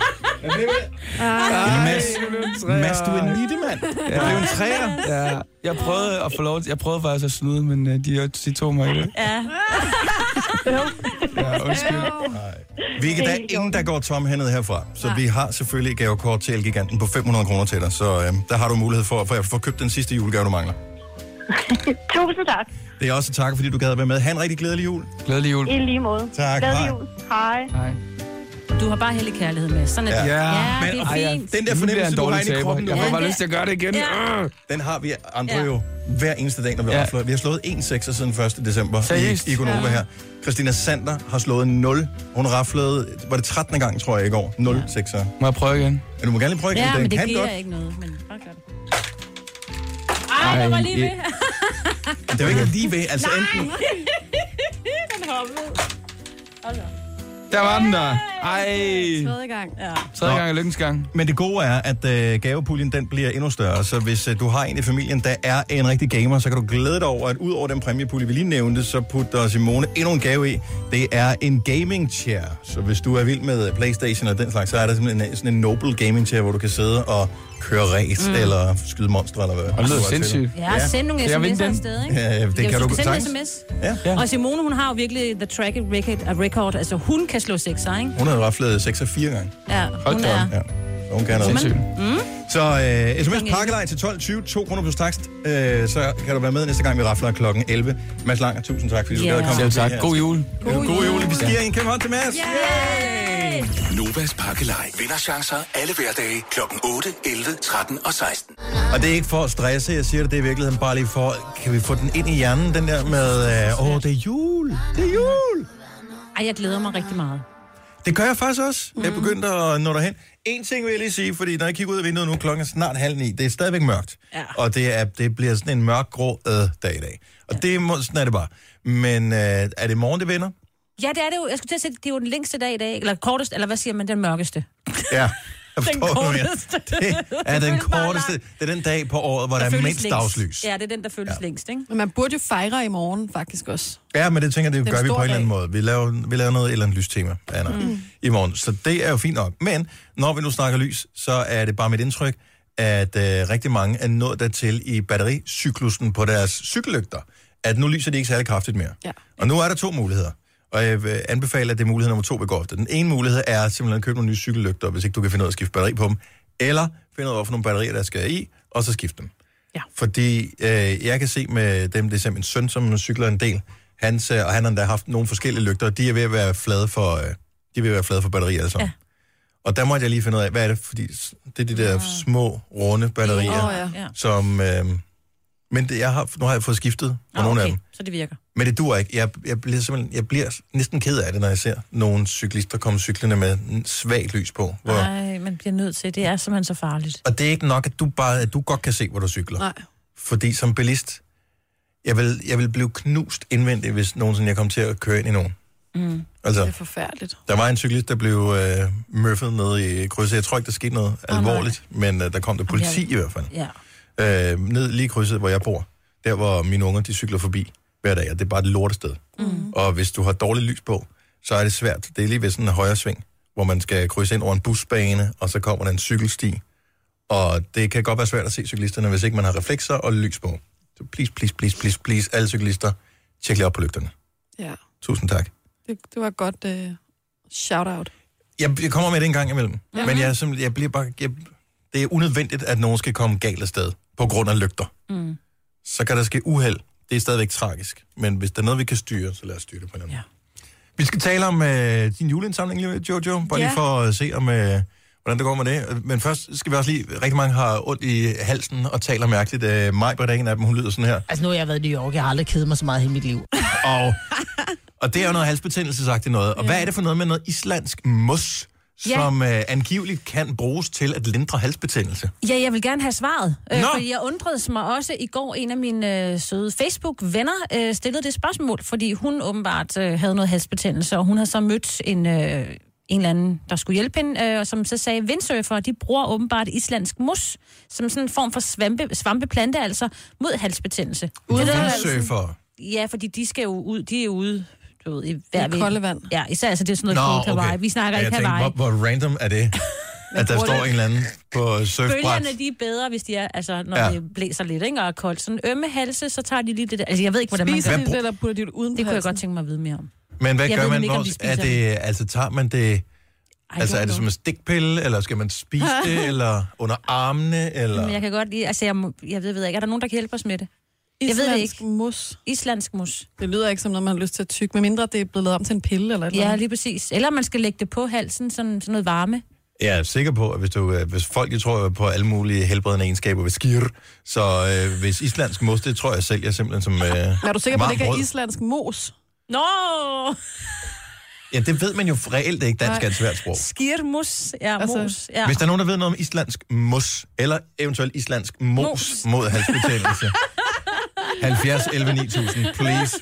Mads, Mads, du er en nittemand. Det blev en træer. Ja, jeg prøvede at få lov til, jeg prøvede faktisk at snyde, men uh, de, de tog mig i det. Ja. Ja, undskyld. Vi der er ingen, der går tomhændet herfra. Så vi har selvfølgelig et gavekort til Elgiganten på fem hundrede kroner til dig. Så øh, der har du mulighed for, for at få købt den sidste julegave, du mangler. Tusind tak. Det er også tak, fordi du gad at være med. Ha' en rigtig glædelig jul. Glædelig jul. I lige måde. Tak, Glædelig hej. jul. Hej. Hej. Du har bare heldig kærlighed med. Sådan er det. Ja. Ja, Men- det er Ej, ja. fint. Den der Nu bliver jeg fornemmelse, en du har dårlig inde i taber. kroppen nu, Jeg får Ja, bare det- lyst til at gøre det igen. Ja. Øh. den har vi andre Ja. jo hver eneste dag, når vi Ja. ja. Vi har slået en sekser siden første december Seriøst? i, i Gonova her. Christina Sander har slået nul. Hun raflede, var det trettende gang, tror jeg, i går. nul ja. sekser. Må jeg prøve igen? Men du må gerne lige prøve igen. Ja, Den men det kan giver godt. ikke noget. Men bare gør det. Ej, jeg var lige ved. Det er jo ikke lige ved. Altså enten... Den hoppede. Hold da. Der var den der. Ej. Tredje gang. Ja. Tredje gang er lykkens gang. Men det gode er, at øh, gavepuljen den bliver endnu større, så hvis øh, du har en i familien, der er en rigtig gamer, så kan du glæde dig over, at ud over den præmiepulje, vi lige nævnte, så putter Simone endnu en gave i. Det er en gaming chair. Så hvis du er vild med PlayStation og den slags, så er der simpelthen en, sådan en Noble gaming chair, hvor du kan sidde og køre race mm. eller skyde monstre eller hvad. Og det lyder du har til. sindssygt. Ja, send nogle Kan jeg vinde sms'er den? afsted, ikke? Ja, det Ja, kan du du skal sende en sagtens. sms. Ja. Ja. Og Simone, hun har jo virkelig the track record, a record. Altså, hun kan slå sekser, ikke? Hun har raflet seks og fire gange. Ja, Hold hun da op. er... Ja. Så hun kan noget. Sindssygt. Så øh, sms pakkelej til tolv tyve, to kroner plus takst. Øh, så kan du være med næste gang, vi rafler klokken elleve. Mads Langer, tusind tak, fordi du Ja. gad at komme. Selv forbi tak. her. God jul. God, God jul. Vi giver en kæmpe hånd til Mads. Yay! Novas Pakkelej. Vinderchancer alle hverdage klokken otte, elleve, tretten og seksten. Og det er ikke for at stresse, jeg siger det, det er i virkeligheden bare lige for, kan vi få den ind i hjernen, den der med, øh, åh, det er jul, det er jul. Ej, jeg glæder mig rigtig meget. Det gør jeg faktisk også. Mm. Jeg begyndte at nå derhen. En ting vil jeg lige sige, fordi når jeg kigger ud af vinduet nu, klokken er snart halv ni, det er stadigvæk mørkt. Ja. Og det, er, det bliver sådan en mørk, grå øh, dag i dag. Og ja. det må, sådan er det bare. Men øh, er det morgen, det vender? Ja, det er det jo. Jeg skulle til at sige, det er jo den længste dag i dag. Eller korteste, eller hvad siger man, den mørkeste. Ja. Jeg Den forstår, hvad du mener. korteste. Det er den føles bare korteste. langt. Det er den dag på året, hvor der, der er føles mindst længst. dagslys. Ja, det er den, der føles ja. længst, ikke? Men man burde jo fejre i morgen, faktisk også. Ja, men det tænker jeg, det Den gør vi på en store eller anden dag. måde. Vi laver, vi laver noget et eller andet lystema, Anna, mm. i morgen. Så det er jo fint nok. Men når vi nu snakker lys, så er det bare mit indtryk, at øh, rigtig mange er nået dertil i battericyklusen på deres cykellygter, at nu lyser de ikke særlig kraftigt mere. Ja. Og nu er der to muligheder. Og jeg vil anbefale, at det er mulighed nummer to, vi går efter. Den ene mulighed er simpelthen at købe nogle nye cykellygter, hvis ikke du kan finde ud af at skifte batteri på dem. Eller finde ud af, hvilke nogle batterier, der skal i, og så skifte dem. Ja. Fordi øh, jeg kan se med dem, det er simpelthen min søn, som cykler en del, hans, øh, og han har endda haft nogle forskellige lygter, og de er ved at være flade for, øh, de er ved at være flade for batterier alle sammen. Ja. Og der måtte jeg lige finde ud af, hvad er det, fordi det er de der små, runde batterier, Åh, ja. Ja. som... Øh, men det, jeg har, nu har jeg fået skiftet på Ah, nogle okay. af dem. Så det virker. Men det duer ikke. Jeg, jeg, bliver simpelthen, jeg bliver næsten ked af det, når jeg ser nogle cyklister komme cyklende med en svagt lys på. Hvor, Nej, man bliver nødt til. Det er simpelthen så farligt. og det er ikke nok, at du, bare, at du godt kan se, hvor du cykler. Nej. Fordi som bilist, jeg vil, jeg vil blive knust indvendigt, hvis nogensinde jeg kom til at køre ind i nogen. Mm. Altså, Det er forfærdeligt. der var en cyklist, der blev øh, møffet nede i krydset. Jeg tror ikke, der skete noget nej. alvorligt, men øh, der kom der politi i hvert fald. Ja. Øh, ned lige i krydset, hvor jeg bor. Der, hvor mine unger, de cykler forbi hver dag, og det er bare et lortested. Mm. Og hvis du har dårligt lys på, så er det svært. Det er lige ved sådan en højre sving, hvor man skal krydse ind over en busbane, og så kommer der en cykelsti. Og det kan godt være svært at se cyklisterne, hvis ikke man har reflekser og lys på. Så please, please, please, please, please, alle cyklister, tjek lige op på lygterne. Ja. Tusind tak. Det, det var et godt uh, shout-out. Jeg, jeg kommer med det en gang imellem, ja. Men jeg, er simpelthen- jeg bliver bare... Jeg, det er unødvendigt, at nogen skal komme galt af sted på grund af lygter. Mm. Så kan der ske uheld. Det er stadigvæk tragisk. Men hvis der er noget, vi kan styre, så lad os styre det på en anden. Ja. Vi skal tale om øh, din juleindsamling, Jojo. Bare Ja. lige for at se, om, øh, hvordan det går med det. Men først skal vi også lige... Rigtig mange har ondt i halsen og taler mærkeligt. Øh, Maj-Britt er en af dem, hun lyder sådan her. Altså nu har jeg været i New York, jeg har aldrig kedet mig så meget i hele mit liv. Og, og det er jo noget halsbetændelsesagtigt noget. Og ja. Hvad er det for noget med noget islandsk mos, Ja. som øh, angiveligt kan bruges til at lindre halsbetændelse? Ja, jeg vil gerne have svaret. Øh, Nå. fordi jeg undrede mig også i går, en af mine øh, søde Facebook-venner øh, stillede det spørgsmål, fordi hun åbenbart øh, havde noget halsbetændelse, og hun har så mødt en, øh, en eller anden, der skulle hjælpe hende, øh, og som så sagde, windsurfere, de bruger åbenbart islandsk mos, som sådan en form for svampe, svampeplante, altså mod halsbetændelse. Windsurfere? Ja, fordi de skal jo ud, de er ude, du ved, i hver I kolde vand. Ja, især altså, det er sådan noget Nå, koldt Hawaii. okay. Vi snakker ja, ikke jeg Hawaii. Tænkte, hvor, hvor random er det, at der står en eller anden på surfbræt? Bølgerne, de er bedre, hvis de er, altså, når Ja. det blæser lidt, ikke, og er koldt. Sådan ømme halse, så tager de lige det der. Altså, jeg ved ikke, hvordan man Spiser gør. de det, eller putter de det uden Det på kunne jeg halsen? godt tænke mig at vide mere om. Men hvad Jeg gør ved man? nemlig ikke, om Hvor, de er spiser det, altså tager man det... Altså er det som en stikpille, eller skal man spise det, eller under armene, eller... Men jeg kan godt lide, altså jeg, må- jeg ved, ved ikke, er der nogen, der kan hjælpe os med det? Jeg ved det Islandsk ikke. mus. Islandsk mus. Det lyder ikke som noget, man har lyst til at tygge, medmindre det er blevet lavet om til en pille eller et eller Ja, andet. lige præcis. Eller man skal lægge det på halsen, sådan, sådan noget varme. Jeg er sikker på, at hvis, du, øh, hvis folk, jeg tror på alle mulige helbredende egenskaber ved skir, så øh, hvis islandsk mos, det tror jeg selv, jeg simpelthen som... Øh, Er du sikker på, at det ikke er brød. islandsk mos? Nå! Ja, det ved man jo reelt ikke. Dansk er et svært sprog. Skirmus. Ja, Altså, mos. Ja. Hvis der er nogen, der ved noget om islandsk mos, eller eventuelt islandsk mos, Mos. mod halsbetændelse. halvfjerds elleve ni tusind, please.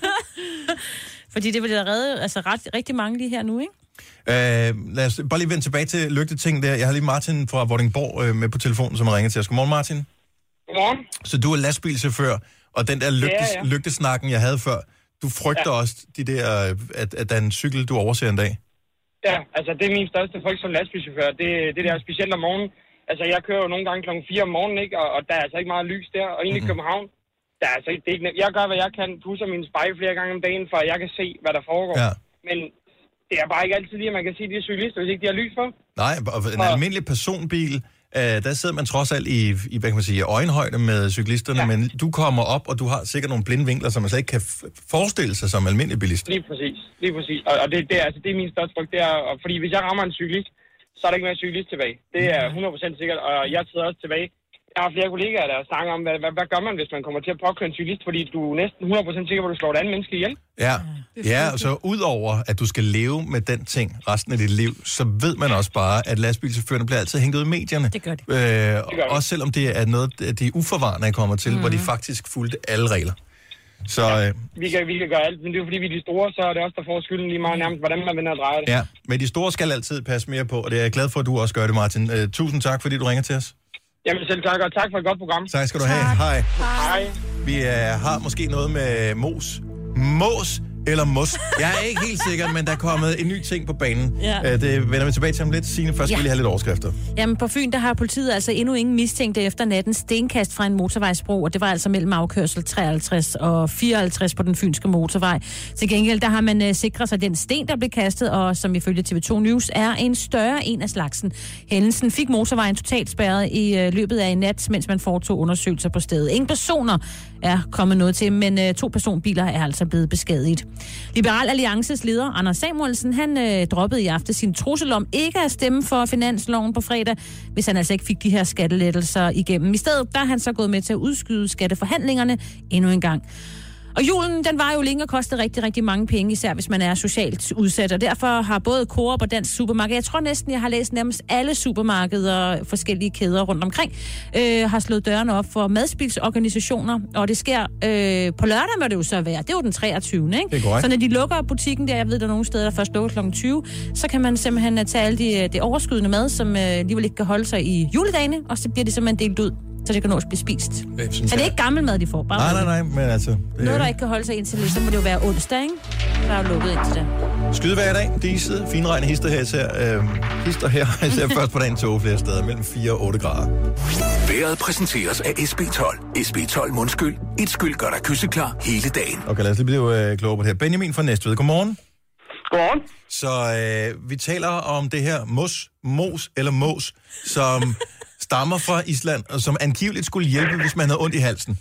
Fordi det vil da redde altså, ret, rigtig mange lige her nu, ikke? Øh, lad os bare lige vende tilbage til lygteting der. Jeg har lige Martin fra Vordingborg øh, med på telefonen, som har ringet til os. Godmorgen, Martin. Godmorgen. Så du er lastbilchauffør, og den der lygtes, Ja, ja. lygtesnakken, jeg havde før, du frygter ja. også de der, at, at der er en cykel, du overser en dag. Ja, altså det er min største frygt som lastbilchauffør. Det, det der er specielt om morgenen. Altså jeg kører jo nogle gange klokken fire om morgenen, ikke? Og, og der er altså ikke meget lys der. Og inde i København, der er altså ikke, det er ikke nemt. Jeg gør, hvad jeg kan, pusser min spejl flere gange om dagen, for at jeg kan se, hvad der foregår. Ja. Men det er bare ikke altid lige, at man kan sige, at de er cyklister, hvis ikke de har lys for. Nej, og en almindelig personbil, øh, der sidder man trods alt i, i hvad kan man sige, øjenhøjde med cyklisterne, ja. Men du kommer op, og du har sikkert nogle blinde vinkler, som man slet ikke kan f- forestille sig som almindelig bilist. Lige præcis, lige præcis. Og, og det, det, er, altså, det er min største frygt. Det er, og, fordi hvis jeg rammer en cyklist, så er der ikke mere cyklist tilbage. Det er hundrede procent sikkert, og jeg sidder også tilbage. Jeg har flere kollegaer, der snakker om, hvad, hvad, hvad gør man, hvis man kommer til at påkøre en cyklist, fordi du er næsten hundrede procent sikker på, at du slår et andet menneske ihjel. Ja, ja, så udover at du skal leve med den ting resten af dit liv, så ved man også bare, at lastbilchaufførerne bliver altid hængt ud i medierne. Det gør de. Øh, gør de. også selvom det er noget, de uforvarende er kommet til, mm. hvor de faktisk fulgte alle regler. Så øh, Vi kan, vi kan gøre alt, men det er jo fordi, vi er de store, så er det også der får skylden lige meget nærmest, hvordan man vender og drejer det. ja, men de store skal altid passe mere på, og det er jeg glad for, at du også gør det, Martin. Øh, tusind tak, fordi du ringer til os. Jamen selv tak, og tak for et godt program. Tak skal du have. Hej. Hej. Vi øh, har måske noget med mos. Mos eller mos. Jeg er ikke helt sikker, men der er kommet en ny ting på banen. Ja. Øh, det vender vi tilbage til om lidt. Signe, først skal Ja. vi lige have lidt overskrifter. Jamen, på Fyn, der har politiet altså endnu ingen mistænkte efter nattens stenkast fra en motorvejsbro, og det var altså mellem afkørsel treoghalvtreds og fireoghalvtreds på den fynske motorvej. Til gengæld, der har man uh, sikret sig den sten, der blev kastet, og som ifølge T V to News er en større en af slagsen. Hændelsen fik motorvejen totalt spærret i uh, løbet af en nat, mens man foretog undersøgelser på stedet. Ingen personer er kommet noget til, men uh, to personbiler er altså blevet beskadiget. Liberal Alliances leder, Anders Samuelsen, han øh, droppede i aften sin trussel om ikke at stemme for finansloven på fredag, hvis han altså ikke fik de her skattelettelser igennem. I stedet der er han så gået med til at udskyde skatteforhandlingerne endnu en gang. Og julen, den var jo længe og kostede rigtig, rigtig mange penge, især hvis man er socialt udsat. Og derfor har både Coop og Dansk Supermarked, jeg tror næsten, jeg har læst nærmest alle supermarkeder og forskellige kæder rundt omkring, øh, har slået dørene op for madspilsorganisationer. Og det sker øh, på lørdag, må det jo så være. Det er jo den treogtyvende Ikke? Det er korrekt. Så når de lukker butikken der, jeg ved, der er nogle steder, der først lukker klokken tyve, så kan man simpelthen tage alle de, det overskydende mad, som øh, alligevel ikke kan holde sig i juledagene, og så bliver det simpelthen delt ud, så det kan nå at blive spist. Det synes Så det er jeg- ikke gammel mad, de får. Bare Nej, nej, nej, men altså... Det noget, der er ikke kan holde sig indtil, så må det jo være onsdag, ikke? Der er jo lukket indtil det. skydevejr i dag, diset, finregn, hister her især, øh, hister her især først på dagen tog flere steder, mellem fire og otte grader. Vejret præsenteres af S B tolv. S B tolv mundskyld. Et skyld gør dig kysseklar hele dagen. Okay, lad os lige blive øh, klogere på det her. Benjamin fra Næstved, godmorgen. Godmorgen. Så øh, vi taler om det her mos, mos eller mos, som stammer fra Island, og som angiveligt skulle hjælpe, hvis man havde ondt i halsen.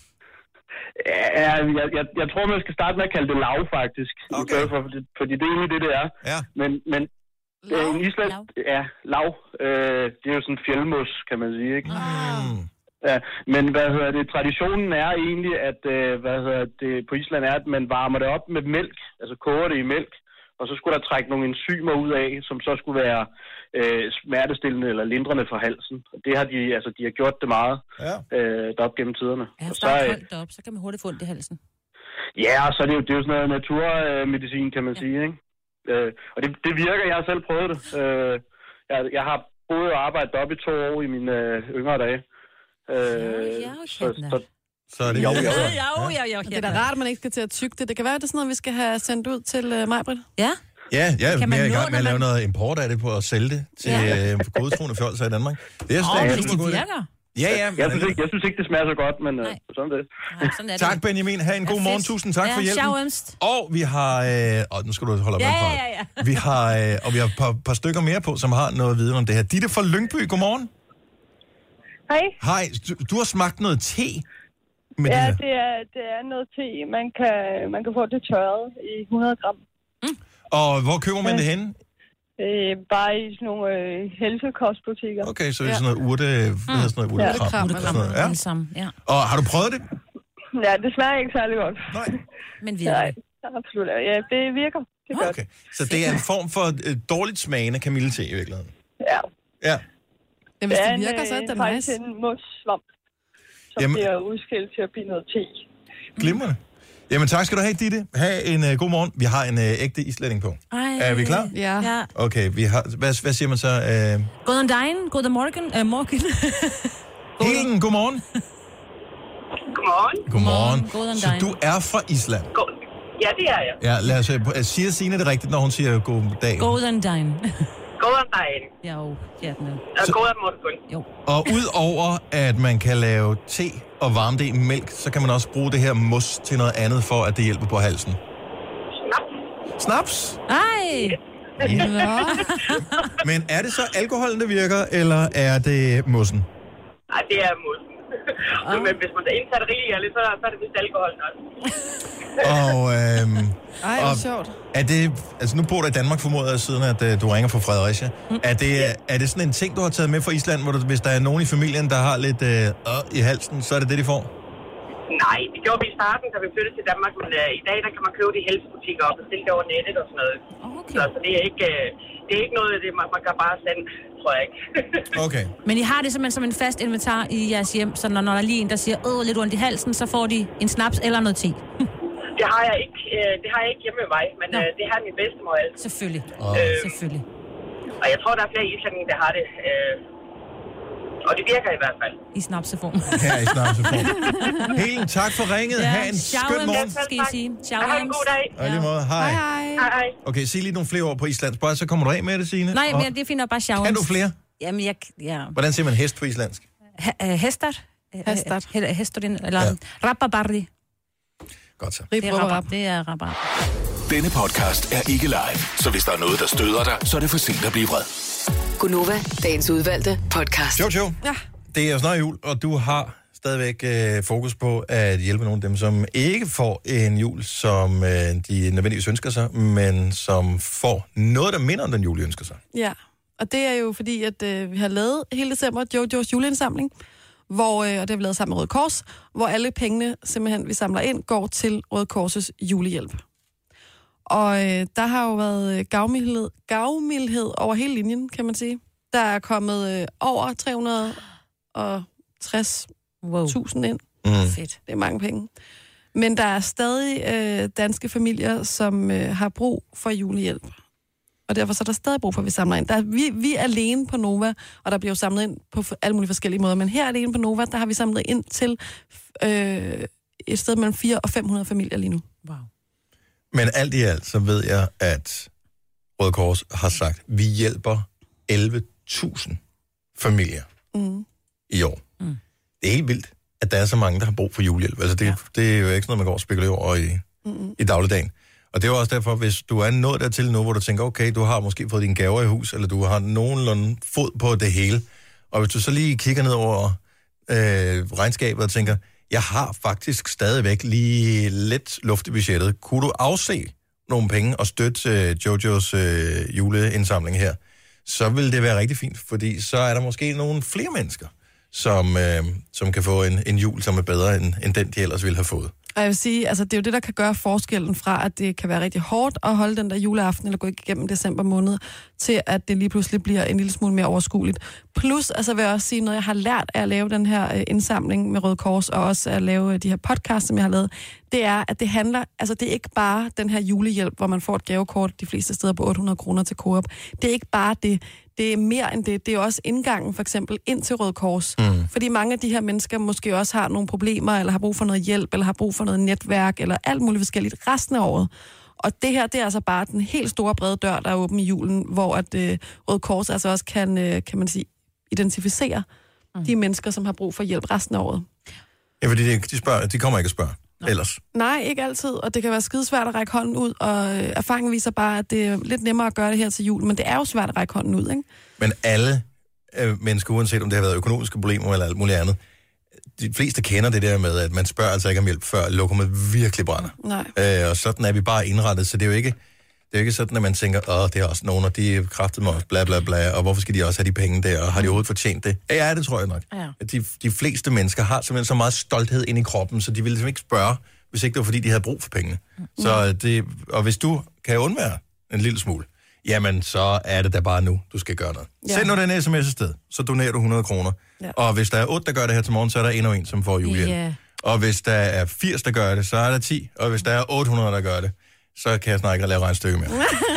Ja, jeg, jeg, jeg tror, man skal starte med at kalde det lav, faktisk. Okay. For, fordi, fordi det er egentlig det, det er. Ja. Men, men Lav? øh, Island, Lav? ja, lav, øh, det er jo sådan en fjeldmos, kan man sige, ikke? Mm. Ja, men hvad hedder det, traditionen er egentlig, at øh, hvad hedder det, på Island er, at man varmer det op med mælk, altså koger det i mælk, og så skulle der trække nogle enzymer ud af, som så skulle være øh, smertestillende eller lindrende for halsen. Og det har de, altså de har gjort det meget Ja. øh, deroppe gennem tiderne. Ja, Og så så, er øh, koldt op, så kan man hurtigt få ondt i halsen. ja, og så er det jo, det er jo sådan noget naturmedicin, kan man Ja. sige, ikke? Øh, og det, det virker, jeg har selv prøvet det. Øh, jeg, jeg har boet og arbejdet op i to år i mine øh, yngre dage. Øh, ja, så, så, så er det jo, jo, jo, jo, jo. Det er da rart, at man ikke skal til at tygge det. Det kan være, at det er sådan noget, vi skal have sendt ud til uh, Majbrit. Ja. Ja, jeg er Kan man mere i nå, gang med at når lave man- noget import af det på at sælge det til Ja. øh, godtroende fjolser i Danmark. Det er Åh, oh, hvis det virker. Ja, ja. jeg, synes ikke, jeg synes ikke, det smager så godt, men øh, sådan er det. Nej, sådan er det. Tak, Benjamin. Ha' en god morgen. Tusind tak ja, for hjælpen. sjovemst. Og vi har... Øh, og nu skal du holde op Ja, med ja, ja, ja. Vi har, øh, og vi har et par, par stykker mere på, som har noget viden om det her. Ditte fra Lyngby, godmorgen. Hej. Hej, du, du har smagt noget te med Ja, det her. det er, det er noget te. Man kan, man kan få det tørret i hundrede gram. Og hvor køber man det henne? Øh, bare i sådan nogle øh, helsekostbutikker. Okay, så det er sådan noget urte... Hvad hedder sådan noget? Urtekram. Urtekram, Sådan noget, alle sammen, ja. Og har du prøvet det? Ja, det smager ikke særlig godt. Nej. Men virker Nej, absolut. Ja, det virker. Det gør Okay, så det er en form for øh, dårligt smagende kamillete i virkeligheden. Ja. Ja. Ja, hvis det er det virker, en, så er det øh, faktisk nice. en mossvamp, som Jamen- bliver udskilt til at blive noget te. Glimrende. Jamen tak skal du have, Ditte. Ha' en uh, god morgen. Vi har en uh, ægte islænding på. Ej. Er vi klar? Ja. Ja. Okay, vi har... Hvad, hvad siger man så? Uh, Goddagen dagen, goddag morgen, uh, morgen. Helen, godmorgen. Godmorgen. Godmorgen. Goddagen Så dagen. du er fra Island? God. Ja, det er jeg. Ja, lad os... Uh, siger Signe det rigtigt, når hun siger goddag? Goddagen dagen. Goddagen dagen. Jo, ja, den er. Og goddagen morgen. Jo. Og udover at man kan lave te og varme det i mælk, så kan man også bruge det her mos til noget andet, for at det hjælper på halsen. Snaps. Snaps? Ej! Ja. Men er det så alkoholen, der virker, eller er det mossen? Nej, det er mosen. Oh. Men hvis man er indsat rigeligt, så, så er det vist alkoholen også. Og, øhm, Ej, hvor og sjovt. er det, altså nu bor du i Danmark, formoder jeg, siden at uh, du ringer fra Fredericia. Mm. Er, det, er det sådan en ting, du har taget med fra Island, hvor du, hvis der er nogen i familien, der har lidt øh, øh, i halsen, så er det det, de får? Nej, det gjorde vi i starten, da vi flyttede til Danmark, men uh, i dag der kan man købe det i helsebutikker og bestille det over nettet og sådan noget. Okay. Så, så det er ikke, uh, det er ikke noget, det man, man kan bare sende, tror jeg ikke. Okay. Men I har det simpelthen som en fast inventar i jeres hjem, så når, når der er lige en, der siger, åh, lidt ondt i halsen, så får de en snaps eller noget te. Det har jeg ikke, uh, det har jeg ikke hjemme med mig, men uh, det har min bedstemor altid. Selvfølgelig. Oh. Øh, Selvfølgelig. Og jeg tror, der er flere islændinge, der har det. Uh, og det virker i hvert fald. I snapseform. Her i snapseform. Helen, tak for ringet. Ja, ha' en skøn morgen. Skal I sige. Ciao, Ha' en god dag. Og i lige måde, hej. Hej, hej. Hej, hej. Okay, sig lige nogle flere ord på islandsk, bare så kommer du af med det, Signe. Nej, Og men det finder bare sjovt. kan du flere? Jamen, jeg... Ja. Hvordan siger man hest på islandsk? He- øh, Hestar. Hestar. He- Hestorin, eller Ja. ja. Rababardi. Godt så. Rip, Det er rub, rabar. rap. Det er rabar. Denne podcast er ikke live, så hvis der er noget, der støder dig, så er det for sent at blive vred. Gunova, dagens udvalgte podcast. Jojo, Ja. det er jo snart jul, og du har stadigvæk øh, fokus på at hjælpe nogle af dem, som ikke får en jul, som øh, de nødvendigvis ønsker sig, men som får noget, der minder om den jul, de ønsker sig. Ja, og det er jo fordi, at øh, vi har lavet hele december Jojos juleindsamling, hvor, øh, og det har vi lavet sammen med Røde Kors, hvor alle pengene, simpelthen, vi samler ind, går til Røde Kors' julehjælp. Og øh, der har jo været gavmildhed, gavmildhed over hele linjen, kan man sige. Der er kommet øh, over tre hundrede og tres tusind ind. Mm. Fedt. Det er mange penge. Men der er stadig øh, danske familier, som øh, har brug for julehjælp. Og derfor så er der stadig brug for, at vi samler ind. Der er, vi, vi er alene på Nova, og der bliver jo samlet ind på alle mulige forskellige måder. Men her alene på Nova, der har vi samlet ind til øh, et sted mellem fire og fem hundrede familier lige nu. Wow. Men alt i alt, så ved jeg, at Røde Kors har sagt, at vi hjælper elleve tusind familier Mm. i år. Mm. Det er helt vildt, at der er så mange, der har brug for julehjælp. Altså, det, ja. det er jo ikke sådan noget, man går og spekulerer over i, mm. i dagligdagen. Og det er jo også derfor, hvis du er nået dertil nu, hvor du tænker, okay, du har måske fået dine gaver i hus, eller du har nogenlunde fod på det hele, og hvis du så lige kigger ned over øh, regnskabet og tænker, jeg har faktisk stadigvæk lige lidt luft i budgettet. Kunne du afse nogle penge og støtte øh, Jojos øh, juleindsamling her, så vil det være rigtig fint, fordi så er der måske nogle flere mennesker, som, øh, som kan få en, en jul, som er bedre end, end den, de ellers ville have fået. Og jeg vil sige, altså det er jo det, der kan gøre forskellen fra, at det kan være rigtig hårdt at holde den der juleaften, eller gå igennem december måned, til at det lige pludselig bliver en lille smule mere overskueligt. Plus, altså vil jeg også sige noget, jeg har lært af at lave den her øh, indsamling med Røde Kors, og også at lave de her podcasts, som jeg har lavet, det er, at det handler, altså det er ikke bare den her julehjælp, hvor man får et gavekort de fleste steder på otte hundrede kroner til Coop. Det er ikke bare det. Det er mere end det. Det er også indgangen, for eksempel, ind til Røde Kors. Mm. Fordi mange af de her mennesker måske også har nogle problemer, eller har brug for noget hjælp, eller har brug for noget netværk, eller alt muligt forskelligt resten af året. Og det her, det er altså bare den helt store brede dør, der er åben i julen, hvor at øh, Røde Kors altså også kan, øh, kan man sige, identificere mm. de mennesker, som har brug for hjælp resten af året. Ja, fordi de, de, spørger, de kommer ikke at spørge. Nå. Ellers. Nej, ikke altid, og det kan være skidesvært at række hånden ud, og øh, erfaringen viser bare, at det er lidt nemmere at gøre det her til jul, men det er jo svært at række hånden ud, ikke? Men alle øh, mennesker, uanset om det har været økonomiske problemer eller alt muligt andet, de fleste kender det der med, at man spørger altså ikke om hjælp, før lokummet virkelig brænder. Nej. Øh, og sådan er vi bare indrettet, så det er jo ikke, det er jo ikke sådan, at man tænker, åh, det er også nogen, og de er kraftet med os, bla bla bla, og hvorfor skal de også have de penge der, og har de overhovedet fortjent det? Ja, det tror jeg nok. Ja. De, de fleste mennesker har simpelthen så meget stolthed ind i kroppen, så de ville simpelthen ikke spørge, hvis ikke det var, fordi de havde brug for pengene. Mm. Så det, og hvis du kan undvære en lille smule, jamen så er det da bare nu, du skal gøre noget. Ja. Send nu den sms afsted, så donerer du hundrede kroner. Ja. Og hvis der er otte, der gør det her til morgen, så er der endnu en, som får julehjælp. Yeah. Og hvis der er firs, der gør det, så er der ti. Og hvis der er otte hundrede, der gør det, så kan jeg snart ikke lave regnstykke mere.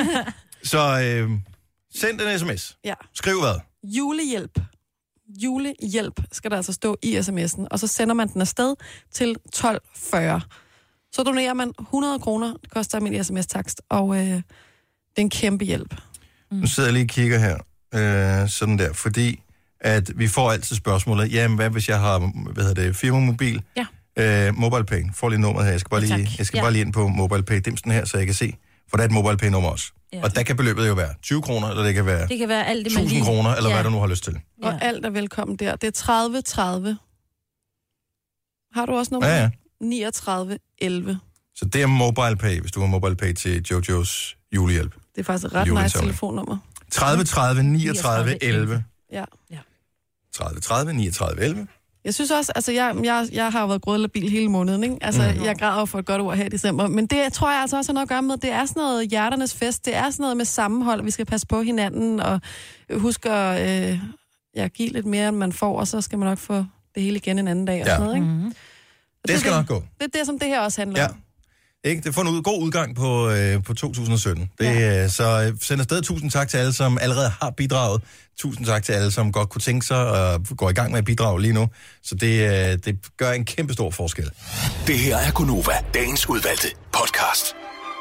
Så øh, send den sms. Ja. Skriv hvad? Julehjælp. Julehjælp skal der altså stå i sms'en, og så sender man den afsted til tolv fyrre. Så donerer man hundrede kroner, det koster min sms-takst, og øh, det er en kæmpe hjælp. Mm. Nu sidder jeg lige og kigger her, øh, sådan der, fordi at vi får altid spørgsmålet, jamen hvad hvis jeg har, hvad hedder det, firmamobil, ja. øh, MobilePay, får lige nummeret her, jeg skal bare lige, jeg skal ja. bare lige ind på MobilePay, dimsen her, så jeg kan se, for der er et MobilePay-nummer også. Ja. Og der kan beløbet jo være tyve kroner, eller det kan være, det kan være alt det, man tusind kroner, eller ja. hvad du nu har lyst til. Ja. Og alt er velkommen der. Det er tredive tredive. Har du også nummer? Ja, ja. niogtredive elleve. Så det er MobilePay, hvis du har MobilePay til Jojos julehjælp. Det er faktisk et ret nice telefonnummer. tredive tredive niogtredive elleve. Ja. ja. tredive tredive niogtredive elleve. Jeg synes også, altså jeg, jeg, jeg har jo været grødlabil hele måneden, ikke? Altså mm. jeg græder for et godt ord her i december, men det tror jeg altså også har noget at gøre med, det er sådan noget hjerternes fest, det er sådan noget med sammenhold, vi skal passe på hinanden, og huske at øh, ja, give lidt mere, end man får, og så skal man nok få det hele igen en anden dag og ja. sådan noget, ikke? Mm-hmm. Det, det skal det, nok gå. Det er det, som det her også handler ja. om. Ikke? Det får en ud, god udgang på, øh, på to tusind sytten. Det, ja. Så øh, send afsted tusind tak til alle, som allerede har bidraget. Tusind tak til alle, som godt kunne tænke sig og går i gang med at bidrage lige nu. Så det, øh, det gør en kæmpe stor forskel. Det her er Gonova, dagens udvalgte podcast.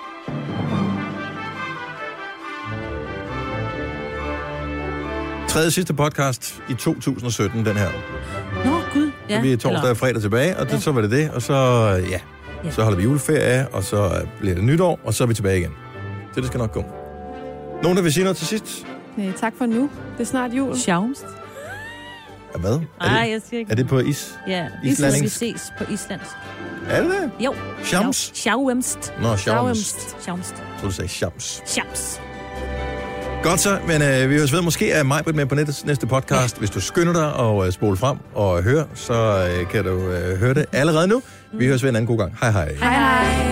Tredje sidste podcast i to tusind sytten, den her. Nå, gud. Ja. Så vi er torsdag og fredag tilbage, og det, ja. så var det det. Og så, ja... Ja. Så holder vi juleferie, og så bliver det nytår, og så er vi tilbage igen. Så det skal nok gå. Nogen, der vil sige noget til sidst? Nej, tak for nu. Det er snart jul. Sjaumst. Ja, hvad? Nej, jeg siger ikke. Er det på is? Ja, islandsk? Vi ses på islandsk. Er det det? Jo. Sjams? Sjaumst. Nå, sjamst. Sjamst. Jeg tror, du sagde sjams. Sjams. Godt så, men øh, vi høres ved. Måske er Majbrit med på næste, næste podcast. Ja. Hvis du skynder dig og øh, spole frem og høre, så øh, kan du øh, høre det allerede nu. Vi høres ved en anden god gang. Hej hej. Hej hej.